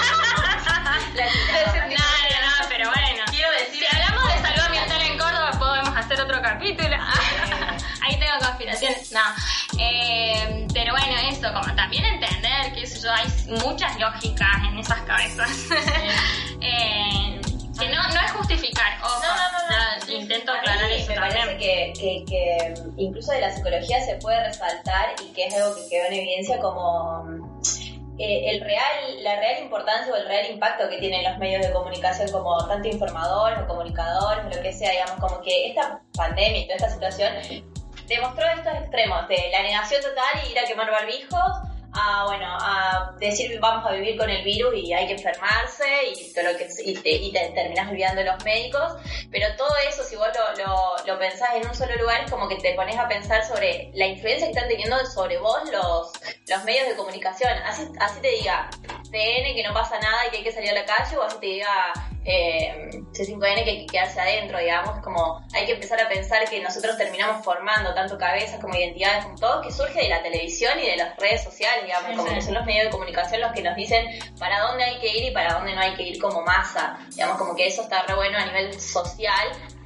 no, no, no, pero bueno, quiero decir, si hablamos de salud ambiental en Córdoba, podemos hacer otro capítulo. Ahí tengo conspiraciones, no. Eh, pero bueno, eso, como también entender que eso, hay muchas lógicas en esas cabezas. eh, que no, no es justificar, ojo, no, no, no, no. Intento aclarar eso me también. Parece que, que, que incluso de la psicología se puede resaltar y que es algo que quedó en evidencia como eh, el real, la real importancia o el real impacto que tienen los medios de comunicación como tanto informadores o comunicadores, lo que sea, digamos, como que esta pandemia y toda esta situación demostró estos extremos de la negación total y ir a quemar barbijos a, bueno, a decir vamos a vivir con el virus y hay que enfermarse y, todo lo que, y, te, y te terminás olvidando los médicos, pero todo eso, si vos lo, lo, lo pensás en un solo lugar, es como que te pones a pensar sobre la influencia que están teniendo sobre vos los, los medios de comunicación. Así, así te diga C N que no pasa nada y que hay que salir a la calle, o así te diga eh, C cinco N que hay que quedarse adentro, digamos. Como hay que empezar a pensar que nosotros terminamos formando tanto cabezas como identidades, como todo, que surge de la televisión y de las redes sociales, digamos, sí, como sí. que son los medios de comunicación los que nos dicen para dónde hay que ir y para dónde no hay que ir como masa, digamos, como que eso está re bueno a nivel social,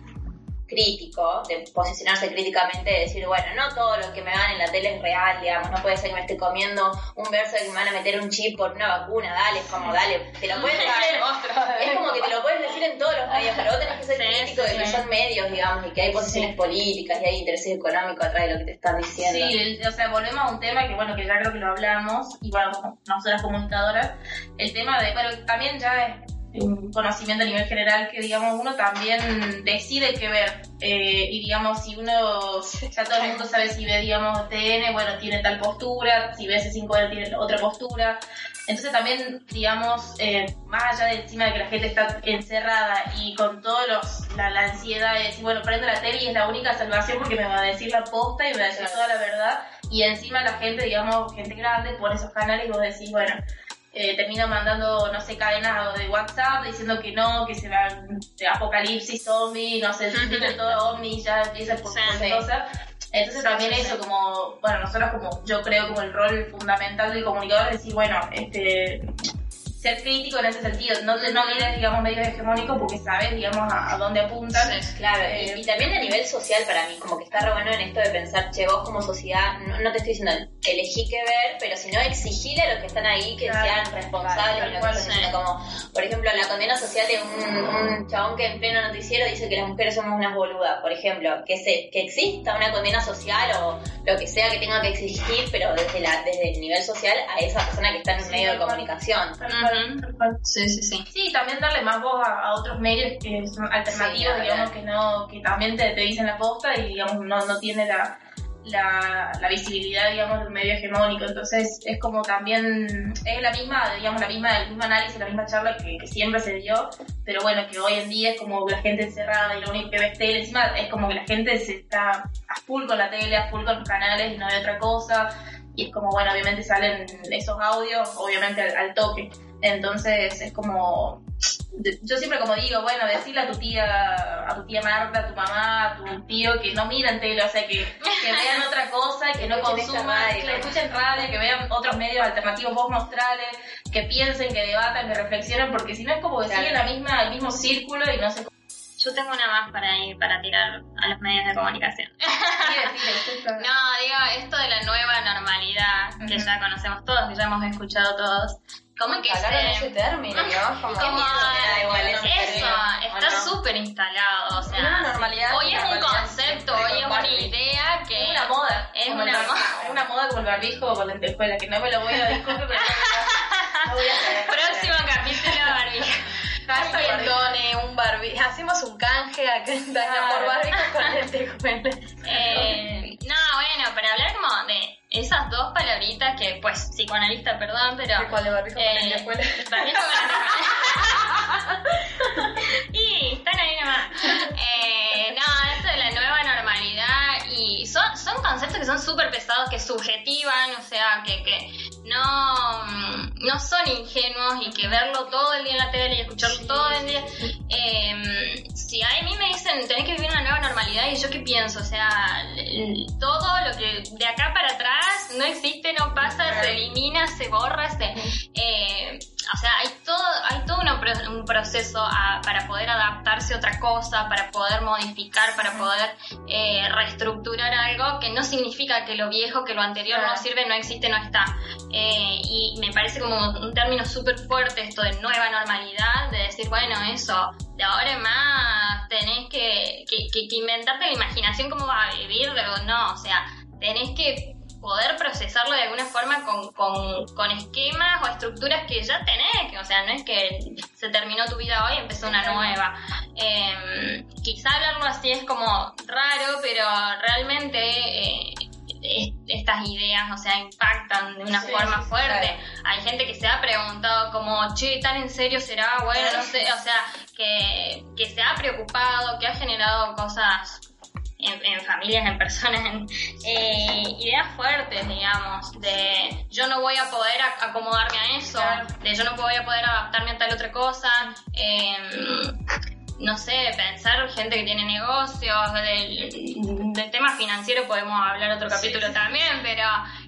crítico, de posicionarse críticamente, de decir, bueno, no todo lo que me dan en la tele es real, digamos, no puede ser que me esté comiendo un verso de que me van a meter un chip por una vacuna, dale, es como, dale, te lo puedes decir, es como que te lo puedes decir en todos los medios, pero vos tenés que ser sí, crítico sí, de que son medios, digamos, y que hay posiciones sí. políticas y hay intereses económicos atrás de lo que te están diciendo. Sí, o sea, volvemos a un tema que, bueno, que ya creo que lo hablamos, y bueno, como nosotras comunicadoras, el tema de, bueno, también ya es un conocimiento a nivel general que, digamos, uno también decide qué ver, eh, y digamos, si uno, ya todo el mundo sabe si ve, digamos, T N, bueno, tiene tal postura, si ve C cinco N tiene otra postura, entonces también, digamos, eh, más allá de encima de que la gente está encerrada y con todos los, la, la ansiedad de decir, bueno, prendo la tele y es la única salvación porque me va a decir la posta y me va a decir toda la verdad, y encima la gente, digamos, gente grande, por esos canales y vos decís, bueno, Eh, termina mandando, no sé, cadenas de WhatsApp diciendo que no, que se va de apocalipsis zombie, no sé, se todo ovni, ya empieza por sí, cosas. Entonces también sí, eso sí. como, bueno, nosotros como, yo creo como el rol fundamental del comunicador es decir, bueno, este, ser crítico en ese sentido, no, no mires, digamos, medios hegemónicos porque sabes, digamos, a, a dónde apuntan. Sí, claro, eh, y, y también a nivel social para mí, como que está re bueno en esto de pensar, che, vos como sociedad, no, no te estoy diciendo elegí qué ver, pero si no exigirle a los que están ahí que claro, sean responsables de lo que están haciendo, como, por ejemplo, la condena social de un, un chabón que en pleno noticiero dice que las mujeres somos unas boludas, por ejemplo, que se, que exista una condena social o lo que sea que tenga que exigir, pero desde la desde el nivel social a esa persona que está en un sí, medio de comunicación. Sí, sí, sí. Sí, también darle más voz a, a otros medios que son alternativos, sí, digamos, que no, que también te, te dicen la posta y, digamos, no, no tiene la, la, la visibilidad, digamos, de un medio hegemónico. Entonces, es como también, es la misma, digamos, la misma, el mismo análisis, la misma charla que, que siempre se dio, pero bueno, que hoy en día es como la gente encerrada y lo único que ve es tele, encima es como que la gente se está a full con la tele, a full con los canales y no hay otra cosa. Y es como, bueno, obviamente salen esos audios, obviamente al, al toque. Entonces es como, yo siempre como digo, bueno, decirle a tu tía, a tu tía Marta, a tu mamá, a tu tío que no miran tele, o sea, que, que vean otra cosa, que no consuman, que escuchen radio, que vean otros medios alternativos, vos mostrales, que piensen, que debatan, que reflexionen, porque si no es como que claro. siguen la misma, el mismo círculo y no sé. Yo tengo una más para ir para tirar a los medios de comunicación. No, digo, esto de la nueva normalidad, uh-huh. que ya conocemos todos, que ya hemos escuchado todos. Como que se... ese término, ¿no? Como, como da igual eso, término, está súper instalado, o sea, una normalidad, hoy es un concepto, hoy es una idea que... Es una moda. Es una moda. Es una moda como el barbijo o lentejuela, que no me lo voy a disculpar, pero no voy a hacer. Próximo capítulo de barbijo. Hashtag Done, un barbijo. Hacemos un canje acá ah, por barbijo con lentejuela. Eh, no, bueno, para hablar como de esas dos palabritas que, pues, psicoanalista, perdón, pero... ¿De cuál de barbijo eh, con lentejuela? Barbijo con lentejuela. Y están ahí nomás. Eh, no, esto de la nueva normalidad y son, son conceptos que son súper pesados, que subjetivan, o sea, que, que no, no son ingenuos y que verlo todo el día en la tele y escucharlo sí, todo el día. Eh, si a mí me dicen, tenés que vivir una nueva normalidad, y yo qué pienso, o sea, todo lo que de acá para atrás no existe, no pasa, se elimina, se borra, se... Eh, o sea, hay todo, hay todo una, un proceso a, para poder adaptarse a otra cosa, para poder modificar, para poder eh, reestructurar algo, que no significa que lo viejo, que lo anterior no sirve, no existe, no está. Eh, y me parece como un término súper fuerte esto de nueva normalidad, de decir, bueno, eso, de ahora en más tenés que, que, que, que inventarte la imaginación cómo vas a vivir, pero no, o sea, tenés que poder procesarlo de alguna forma con, con, con esquemas o estructuras que ya tenés, que, o sea, no es que se terminó tu vida hoy y empezó una nueva. Eh, quizá hablarlo así es como raro, pero realmente eh, estas ideas, o sea, impactan de una sí, forma sí, fuerte. claro. Hay gente que se ha preguntado como, che, ¿tan en serio será? Bueno, no sé, o sea, que, que se ha preocupado, que ha generado cosas en, en familias, en personas, en, eh, ideas fuertes, digamos, de yo no voy a poder a- acomodarme a eso, Claro. de yo no voy a poder adaptarme a tal otra cosa, eh, no sé, pensar gente que tiene negocios, del, del tema financiero podemos hablar otro capítulo sí, también, pero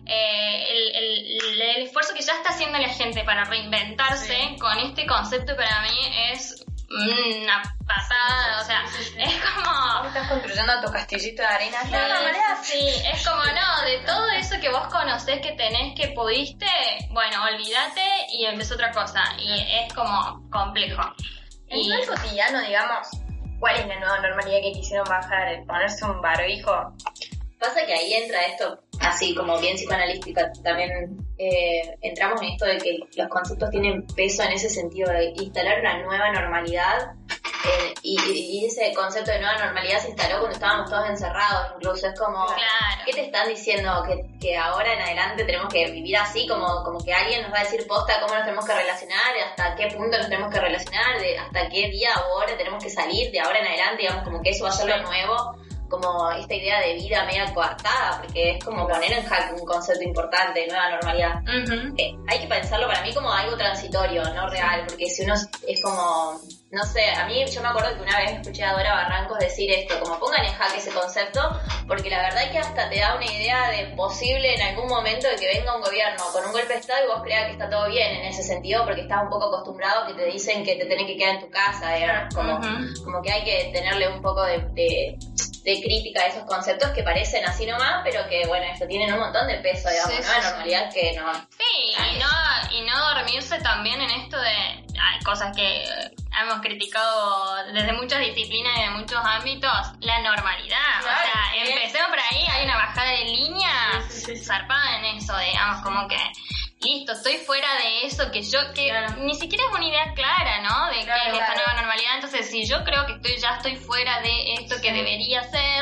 eh, el, el, el esfuerzo que ya está haciendo la gente para reinventarse Sí. con este concepto para mí es una pasada, o sea, sí, sí. es como... Estás construyendo tu castillito de arena. Sí, No, no, María. sí, es como no, de todo eso que vos conocés que tenés, que pudiste, bueno, olvídate y empezó otra cosa. Y es como complejo. En Y el cotidiano, digamos, ¿cuál es la nueva normalidad que quisieron bajar? ¿El ponerse un barbijo? Pasa que ahí entra esto, así como bien psicoanalística, también eh, entramos en esto de que los conceptos tienen peso en ese sentido de instalar una nueva normalidad. Eh, y, y ese concepto de nueva normalidad se instaló cuando estábamos todos encerrados, incluso es como, claro. ¿qué te están diciendo? Que, que ahora en adelante tenemos que vivir así, como, como que alguien nos va a decir posta cómo nos tenemos que relacionar, hasta qué punto nos tenemos que relacionar, de hasta qué día o hora tenemos que salir, de ahora en adelante, digamos, como que eso va a ser lo nuevo, como esta idea de vida media coartada, porque es como poner en jaque un concepto importante de nueva normalidad. Ujú. Eh, hay que pensarlo para mí como algo transitorio, no real, porque si uno es como, no sé, a mí yo me acuerdo que una vez escuché a Dora Barrancos decir esto, como pongan en jaque ese concepto, porque la verdad es que hasta te da una idea de posible en algún momento de que venga un gobierno con un golpe de estado y vos creas que está todo bien en ese sentido, porque estás un poco acostumbrado que te dicen que te tenés que quedar en tu casa, digamos, como, Ujú. como que hay que tenerle un poco de, de, de crítica a esos conceptos que parecen así nomás, pero que bueno, esto tienen un montón de peso, digamos, Sí, ¿no? sí, De sí. normalidad que no... Sí, y no, y no dormirse también en esto de hay cosas que hemos criticado desde muchas disciplinas y de muchos ámbitos, la normalidad. Claro, o sea, sí. empecemos por ahí, hay una bajada de línea Sí, sí, sí, sí. zarpada en eso, digamos, como que listo, estoy fuera de eso, que yo, que Claro. ni siquiera es una idea clara, ¿no? De Claro, qué es esta claro. nueva normalidad. Entonces, si yo creo que estoy ya estoy fuera de esto que debería ser,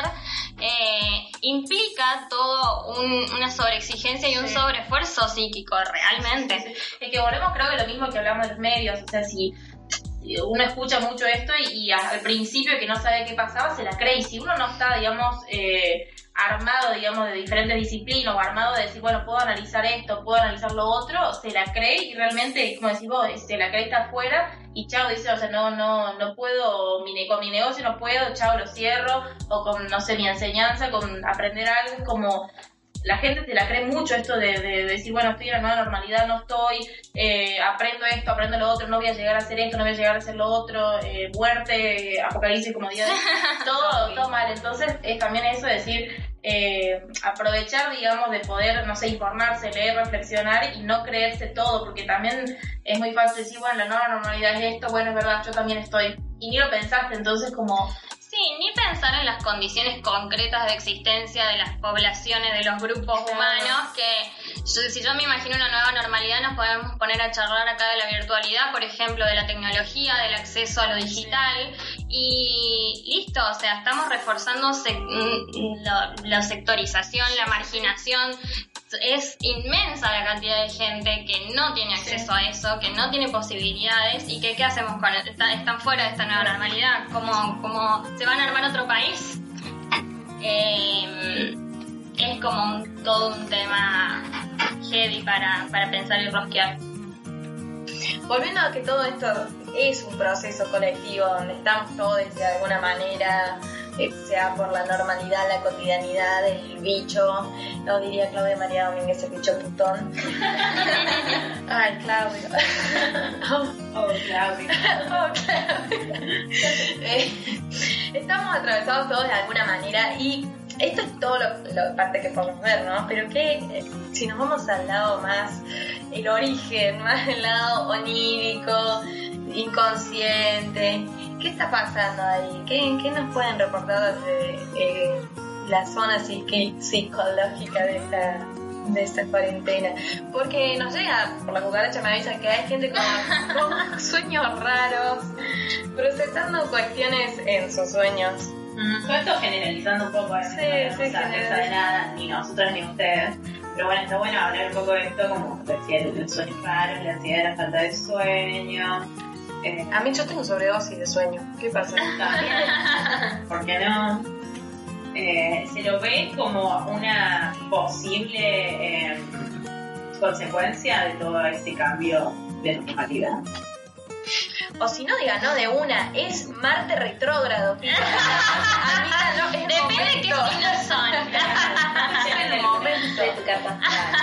eh, implica todo un, una sobreexigencia y un Sí. sobreesfuerzo psíquico, realmente. Sí, sí. Es que volvemos, creo que lo mismo que hablamos de los medios, o sea, si si uno escucha mucho esto y, y al principio que no sabe qué pasaba, se la cree, y si uno no está, digamos, eh, armado, digamos, de diferentes disciplinas, o armado de decir, bueno, puedo analizar esto, puedo analizar lo otro, se la cree y realmente, como decís vos, se la cree, está afuera y chao, dice, o sea, no, no, no puedo, mi, ne- con mi negocio no puedo, chao, lo cierro, o con, no sé, mi enseñanza, con aprender algo, es como... La gente te la cree mucho esto de, de, de decir, bueno, estoy en la nueva normalidad, no estoy, eh, aprendo esto, aprendo lo otro, no voy a llegar a hacer esto, no voy a llegar a hacer lo otro, eh, muerte, apocalipsis, como día de... todo, todo mal. Entonces es también eso de decir, eh, aprovechar, digamos, de poder, no sé, informarse, leer, reflexionar y no creerse todo, porque también es muy fácil decir, bueno, la nueva normalidad es esto, bueno, es verdad, yo también estoy. Y ni lo pensaste, entonces como... Sí, ni pensar en las condiciones concretas de existencia de las poblaciones, de los grupos Claro. humanos, que yo- si yo me imagino una nueva normalidad nos podemos poner a charlar acá de la virtualidad, por ejemplo, de la tecnología, del acceso a lo digital, y listo, o sea, estamos reforzando sec- mm, la, la sectorización, la marginación. Es inmensa la cantidad de gente que no tiene acceso a eso, que no tiene posibilidades, y que qué hacemos con él? Está- están fuera de esta nueva normalidad. ¿Cómo, cómo se van a armar otro país? Eh, es como un- todo un tema heavy para, para pensar y rosquear. Volviendo a que todo esto es un proceso colectivo donde estamos todos de alguna manera, eh, sea por la normalidad, la cotidianidad, el bicho, no diría Claudia María Domínguez, el bicho putón. Ay, Claudio. Oh, Claudia. Oh, Claudio. Eh, estamos atravesados todos de alguna manera y esto es todo lo, lo parte que podemos ver, ¿no? Pero que eh, si nos vamos al lado más, el origen, más el lado onírico, inconsciente, ¿qué está pasando ahí? ¿Qué, qué nos pueden reportar desde eh, la zona psiqui- psicológica de esta, de esta cuarentena? Porque nos llega, por la cucaracha me avisa que hay gente con, con sueños raros, procesando cuestiones en sus sueños. Mm. Todo esto generalizando un poco, Sí, no tenemos sí, certeza de nada, ni nosotros ni ustedes. Pero bueno, está bueno hablar un poco de esto, como decía, el sueño raro, la ansiedad, la falta de sueño. Eh, A mí yo tengo sobredosis de sueño. ¿Qué pasa? También, ¿por qué no? Eh, se lo ve como una posible eh, consecuencia de todo este cambio de normalidad. O si no, digan, no, de una, es Marte retrógrado. Amiga, no, es Depende de qué signos son. en el momento. De tu carta.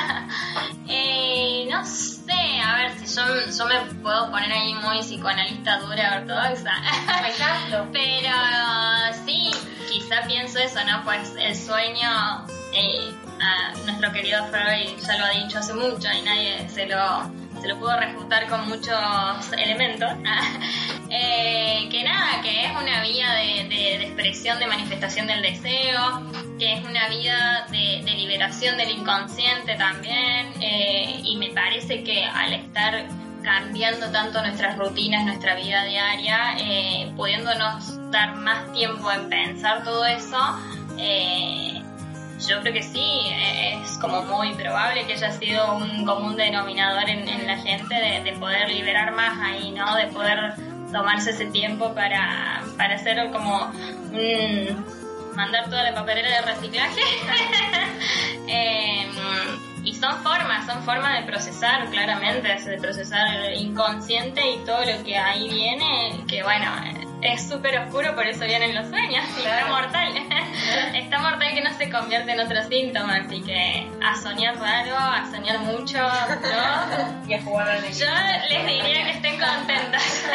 eh, no sé, a ver si yo, yo me puedo poner ahí muy psicoanalista dura ortodoxa. Exacto. Pero sí, quizá pienso eso, ¿no? Pues el sueño, eh, a nuestro querido Freud ya lo ha dicho hace mucho y nadie se lo, se lo pudo refutar con muchos elementos. eh, que nada, que es una vía de, de, de expresión, de manifestación del deseo, que es una vida de, de liberación del inconsciente también, eh, y me parece que al estar cambiando tanto nuestras rutinas, nuestra vida diaria, eh, pudiéndonos dar más tiempo en pensar todo eso, eh, yo creo que sí, es como muy probable que haya sido un común denominador en, en la gente de, de poder liberar más ahí, ¿no? De poder tomarse ese tiempo para, para hacer como un... mandar toda la papelera de reciclaje. eh, y son formas, son formas de procesar, claramente, de procesar el inconsciente y todo lo que ahí viene, que bueno, es súper oscuro, por eso vienen los sueños, y claro. está mortal. Está mortal que no se convierte en otro síntoma, así que a soñar raro, a soñar mucho, ¿no? Y a jugar al Yo les diría que estén contentas.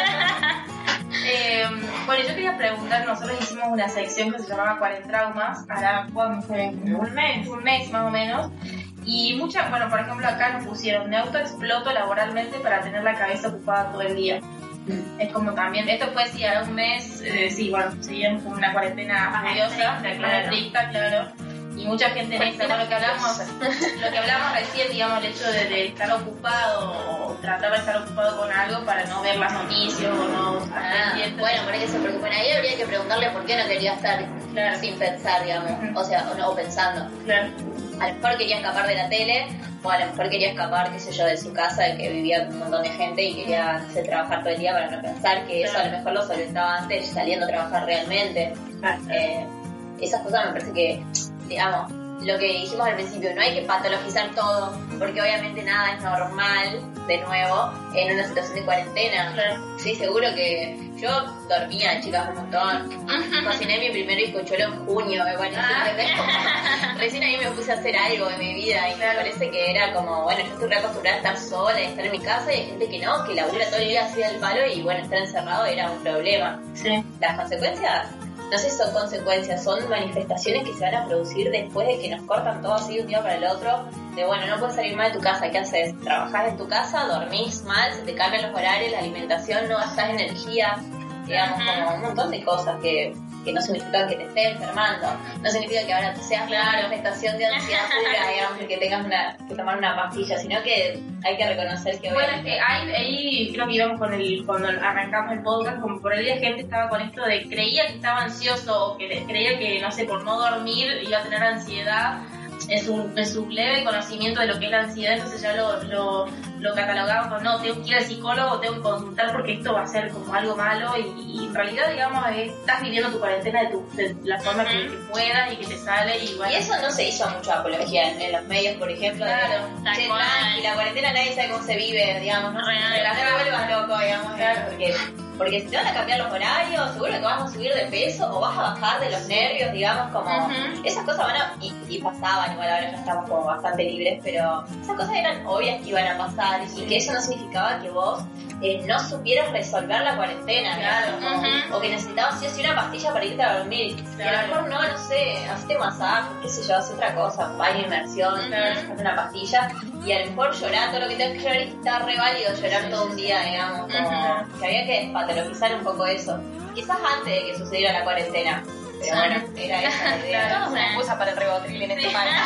Eh, bueno, yo quería preguntar, nosotros hicimos una sección que se llamaba Cuarentraumas, ahora ¿cuándo fue? Un mes, un mes más o menos. Y muchas, bueno, por ejemplo acá nos pusieron, me autoexploto laboralmente para tener la cabeza ocupada todo el día. Mm. Es como también, esto fue si a un mes, eh, sí, bueno, seguíamos con una cuarentena furiosa, más estricta, claro. Y mucha gente en esta, bueno, lo que hablamos, lo que hablamos recién, digamos, el hecho de, de estar ocupado o tratar de estar ocupado con algo para no ver las noticias o no estar Ah, pendiente. bueno, por eso, porque bueno, ahí habría que preguntarle por qué no quería estar Claro. sin pensar, digamos, Ujú. o sea, o, no, o pensando. Claro. A lo mejor quería escapar de la tele, o a lo mejor quería escapar, qué sé yo, de su casa, de que vivía con un montón de gente y quería no sé, trabajar todo el día para no pensar, que eso a lo mejor lo solventaba antes saliendo a trabajar realmente. Claro. Eh, esas cosas me parece que, digamos, lo que dijimos al principio, no hay que patologizar todo, porque obviamente nada es normal, de nuevo, en una situación de cuarentena. Claro. Sí, seguro que yo dormía, chicas, un montón. Cociné mi primer bizcochuelo en junio, me parece, ¿entendés? Como, recién ahí me puse a hacer algo de mi vida y me parece que era como, bueno, yo estoy reacostumbrada a estar sola y estar en mi casa y hay gente que no, que labura todo el día así al palo y bueno, estar encerrado era un problema. Sí. Las consecuencias, no sé si son consecuencias, son manifestaciones que se van a producir después de que nos cortan todo así de un día para el otro. De bueno, no puedes salir mal de tu casa, ¿qué haces? Trabajás en tu casa, dormís mal, se te cambian los horarios, la alimentación, no gastás energía, digamos, Ajá. como un montón de cosas que, que no significan que te estés enfermando, no significa que ahora seas una manifestación de ansiedad pura, digamos, que tengas una, que tomar una pastilla, sino que hay que reconocer que Bueno, es obviamente... que ahí, ahí creo que íbamos con el, cuando arrancamos el podcast, como por ahí la gente estaba con esto de creía que estaba ansioso o que le- creía que, no sé, por no dormir iba a tener ansiedad en su, en su leve conocimiento de lo que es la ansiedad, entonces ya lo, lo, lo catalogaban como no, tengo que ir al psicólogo, tengo que consultar porque esto va a ser como algo malo y, y en realidad, digamos, es- estás viviendo tu cuarentena de, tu, de la forma que, que puedas y que te sale y bueno. Y eso no se hizo mucha apología en, en los medios, por ejemplo, Claro, de tal che, cual. tranqui, la cuarentena nadie sabe cómo se vive, digamos, no, Real. no te vuelvas loco, digamos, Claro. porque, porque si te van a cambiar los horarios, seguro que vas a subir de peso o vas a bajar de los nervios, digamos, como Ujú. esas cosas van a, y, y pasaban, igual ahora ya estamos como bastante libres, pero esas cosas eran obvias que iban a pasar y que eso no significaba que vos eh, no supieras resolver la cuarentena, Claro. digamos, Ujú. o que necesitabas sí o sí una pastilla para irte a dormir, que a Claro. lo mejor no, no sé, hacete masaje, qué sé yo, hace otra cosa, baño, inmersión, Ujú. hace una pastilla y a lo mejor llorar todo lo que tengas que llorar y está re válido llorar todo un día, digamos, como que había que patologizar un poco eso, quizás antes de que sucediera la cuarentena, pero bueno, era esa la idea. Todo es una excusa para el ribotril en este país.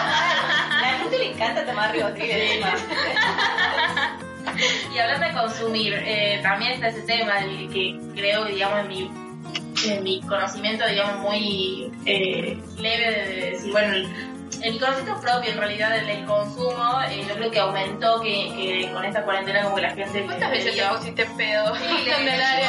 A la gente le encanta tomar ribotril encima. Y hablando de consumir, eh, también está ese tema del que creo, digamos, en mi eh, mi conocimiento, digamos, muy eh, leve de decir, bueno, el, en mi conocimiento propio, en realidad, del, del consumo, eh, yo creo que aumentó que, que con esta cuarentena como que la gente... ¿Cuántas veces te pusiste pedo? Sí, en el área.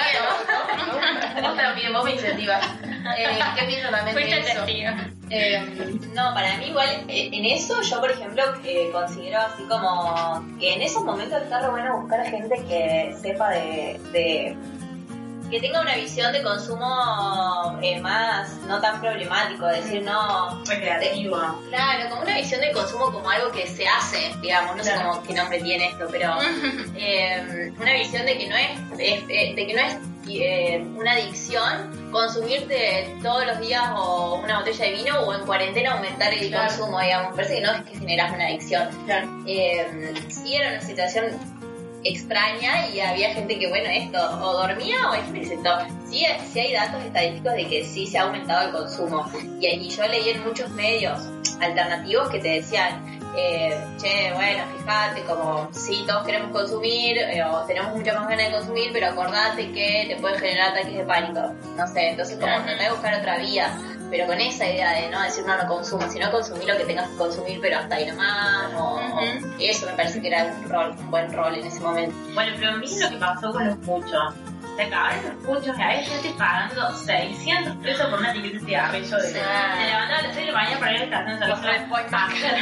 Vos también, vos me incentivas. Eh, ¿Qué pienso también de eso? Eh, no, para mí igual, eh, en eso yo, por ejemplo, eh, considero así como que en esos momentos está re bueno buscar gente que sepa de... de que tenga una visión de consumo eh, más, no tan problemático, decir, no... Recreativo. Claro, como una visión del consumo como algo que se hace, digamos, no claro. sé cómo, qué nombre tiene esto, pero eh, una visión de que no es, es eh, de que no es eh, una adicción consumirte todos los días o una botella de vino o en cuarentena aumentar el claro. consumo, digamos, parece que no es que generas una adicción. Claro. Eh, sí era una situación extraña y había gente que, bueno, esto, o dormía o hay gente que se toma. Sí, sí hay datos estadísticos de que sí se ha aumentado el consumo. Y, y yo leí en muchos medios alternativos que te decían, eh, che, bueno, fíjate, como sí, todos queremos consumir, eh, o tenemos mucha más ganas de consumir, pero acordate que te puede generar ataques de pánico. No sé, entonces como tratar de buscar otra vía. Pero con esa idea de no decir no, no consumo, sino consumir lo que tengas que consumir, pero hasta ahí nomás, o, uh-huh. y eso me parece que era un rol, un buen rol en ese momento. Bueno, pero miren lo que pasó con los puchos. Se acabaron los puchos y a veces estoy pagando seiscientos pesos por una etiqueta de cigarrillo de... Sí. Se levantaba a las seis de la mañana para ir a la estación de los Red Point.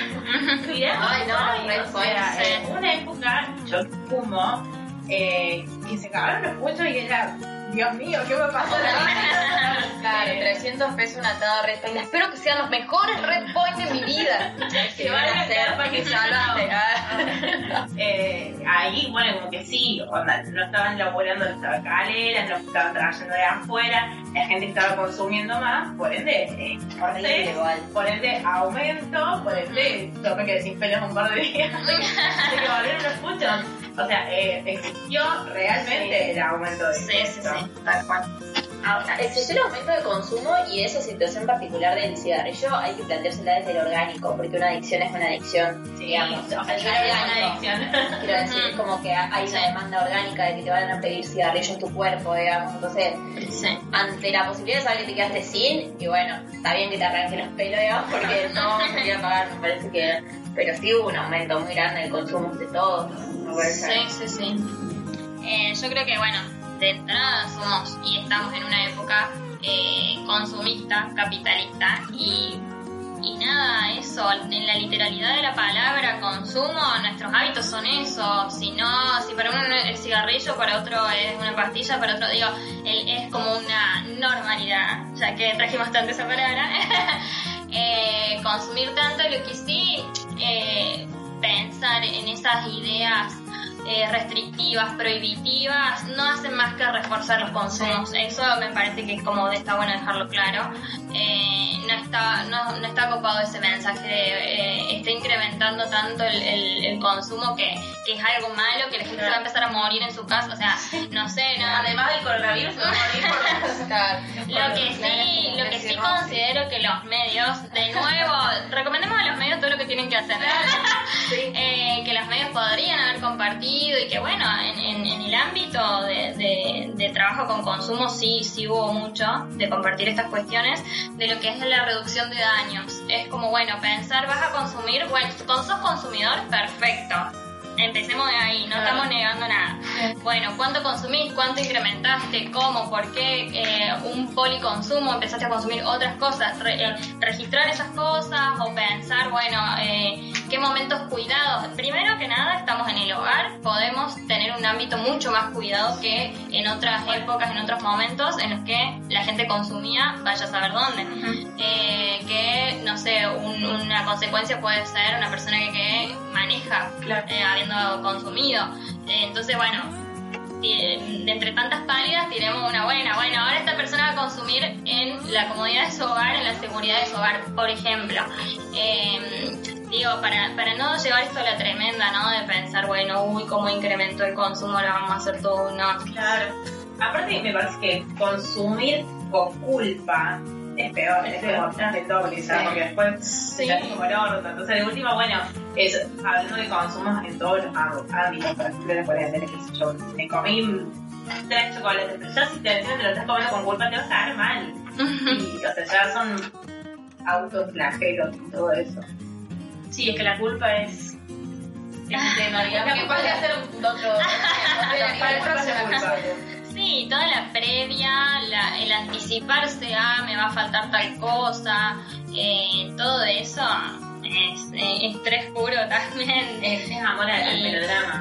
Ay, no, Red Point. En una época yo fumo, eh, y se acabaron los puchos y era... Dios mío, ¿qué me pasó? Claro, trescientos pesos una atada Red Point. Espero que sean los mejores Red Point de mi vida. Que van a ser para que salvaste. eh, ahí, bueno, como que sí, onda, no estaban laburando las tabacaleras, no estaban trayendo de afuera, la gente estaba consumiendo más, por ende, eh, horrible, igual. Por ende, aumento, por ende, tuve que decir pelos un par de días. De que volvieron los puchos. O sea, eh, existió realmente sí. el aumento de sí, sí, sí, tal cual. Ahora, existió el aumento de consumo y esa situación particular del cigarrillo hay que planteársela desde el orgánico, porque una adicción es una adicción, sí, digamos. O sea, ya es una adicción. Quiero decir, es como que hay una demanda orgánica de que te van a pedir cigarrillo en tu cuerpo, digamos. Entonces, sí. ante la posibilidad de saber que te quedaste sin, y bueno, está bien que te arranquen los pelos, digamos, porque no se quería pagar, me parece que... Pero sí hubo un aumento muy grande del consumo de todos. Sí, sí, sí. Eh, yo creo que, bueno, de entrada somos y estamos en una época eh, consumista, capitalista y, y nada, eso, en la literalidad de la palabra consumo, nuestros hábitos son eso. Si no, si para uno es cigarrillo, para otro es una pastilla, para otro, digo, el, es como una normalidad, ya que trajimos tanto esa palabra. eh, consumir tanto, lo que sí... Eh, pensar en esas ideas eh, restrictivas, prohibitivas, no hacen más que reforzar los consumos. Eso me parece que es como está bueno dejarlo claro. Eh, no está no, no está copado ese mensaje de eh, está incrementando tanto el, el, el consumo que, que es algo malo, que la gente claro. se va a empezar a morir en su casa. O sea, no sé, no. Además del coronavirus se va a morir por claro. Lo que sí, lo que sí considero que los medios, de nuevo, recomendemos a los medios todo lo que tienen que hacer. Sí. Eh, que los medios podrían haber compartido y que bueno, en, en, en el ámbito de, de, de trabajo con consumo sí, sí hubo mucho de compartir estas cuestiones de lo que es la reducción de daños. Es como, bueno, pensar, vas a consumir, bueno, con sos consumidor, perfecto. Empecemos de ahí, no claro. estamos negando nada. Bueno, ¿cuánto consumís? ¿Cuánto incrementaste? ¿Cómo? ¿Por qué eh, un policonsumo? ¿Empezaste a consumir otras cosas? Re, eh, registrar esas cosas o pensar, bueno, eh, ¿qué momentos cuidados? Primero que nada, estamos en el hogar, podemos tener un ámbito mucho más cuidado que en otras épocas, en otros momentos en los que la gente consumía, vaya a saber dónde. Uh-huh. Eh, que, no sé, un, una consecuencia puede ser una persona que, que maneja, claro. eh, habiendo consumido. Eh, entonces, bueno, de entre tantas pálidas tiremos una buena. Bueno, ahora esta persona va a consumir en la comodidad de su hogar, en la seguridad de su hogar, por ejemplo. Eh, digo, para, para no llevar esto a la tremenda, ¿no? De pensar, bueno, uy, cómo incrementó el consumo, lo vamos a hacer todo, no. Claro. Aparte me parece que consumir con culpa es peor, es como de doble, ¿sabes? Sí. Porque después sí. estás como el orto. Entonces, de última, bueno, es, hablando de consumos en todos los ámbitos, por ejemplo, de cuarentena, qué sé yo, me comí tres chocolates. Pero ya si te encima te lo estás comiendo con culpa, te vas a dar mal. Y, o sea, ya son autoflagelos y todo eso. Sí, es que la culpa es... es de María. Que podría hacer un otro... para el próximo episodio. Sí, toda la previa, la, el anticiparse a me va a faltar tal cosa, eh, todo eso es eh, estrés puro también. Es, es amor al, al melodrama.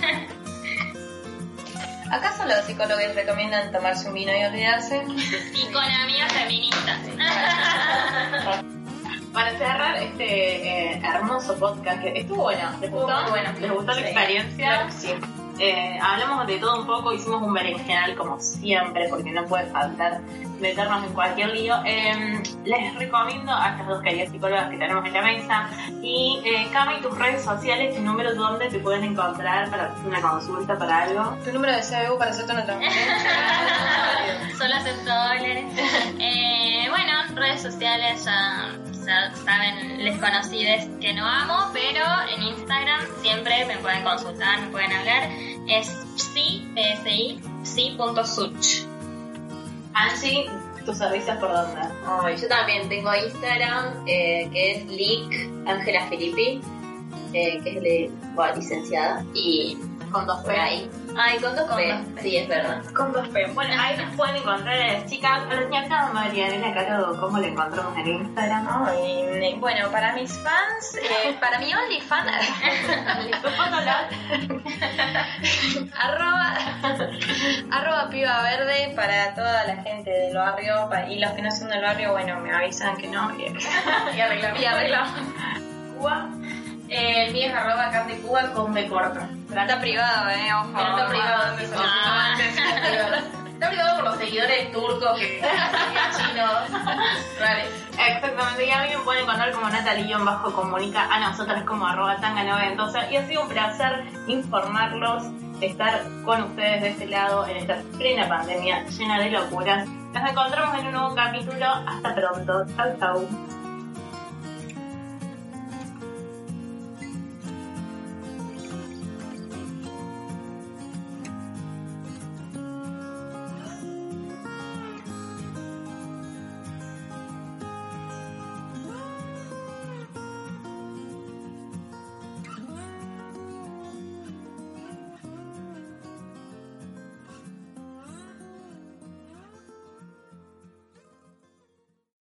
¿Acaso los psicólogos recomiendan tomarse un vino y olvidarse? Y con amigas feministas. Para cerrar este eh, hermoso podcast, que estuvo bueno, ¿les gustó? Muy bueno. ¿Les gustó la Sí. experiencia? Claro que sí. Eh, hablamos de todo un poco, hicimos un berenjenal como siempre, porque no puede faltar meternos en cualquier lío. Eh, les recomiendo a estas dos queridas psicólogas que tenemos en la mesa. Y eh, Cami, tus redes sociales, tu número donde te pueden encontrar para hacer una consulta, para algo. ¿Tu número de C B U para hacerte una transferencia? Solo acepto dólares. Eh, bueno, redes sociales ya, ya saben, les conocides que no amo, pero en Instagram siempre me pueden consultar, me pueden hablar. Es psi, P S I, psi.such. Angie, tus servicios por dónde. Ay, yo también tengo Instagram, eh, que es Lic Ángela Filippi, eh, que es de, bueno, licenciada. Y con dos por P. ahí. Ay, con dos Con P. dos P. Sí, es verdad. Con dos P. Bueno, ahí nos pueden encontrar a las chicas. A la señora Marianela Caro, ¿cómo la encontramos en Instagram? Ay, bueno, para mis fans, eh, para mi OnlyFans, arroba, arroba piba verde para toda la gente del barrio, pa- y los que no son del barrio, bueno, me avisan que no, y, Y arreglamos. y arreglamos. Cuba. Eh, el mío es arroba cante Cuba con B corta. Está privado, eh, ojo. Pero está privado, sí, Ah. está privado. Está privado por los seguidores turcos que chinos. Vale. Exactamente, y a mí me pueden encontrar como Natalillón-Bajo Comunica, a nosotras como arroba tanga noventosa. Y ha sido un placer informarlos, estar con ustedes de este lado en esta plena pandemia llena de locuras. Nos encontramos en un nuevo capítulo. Hasta pronto. Chau, chau.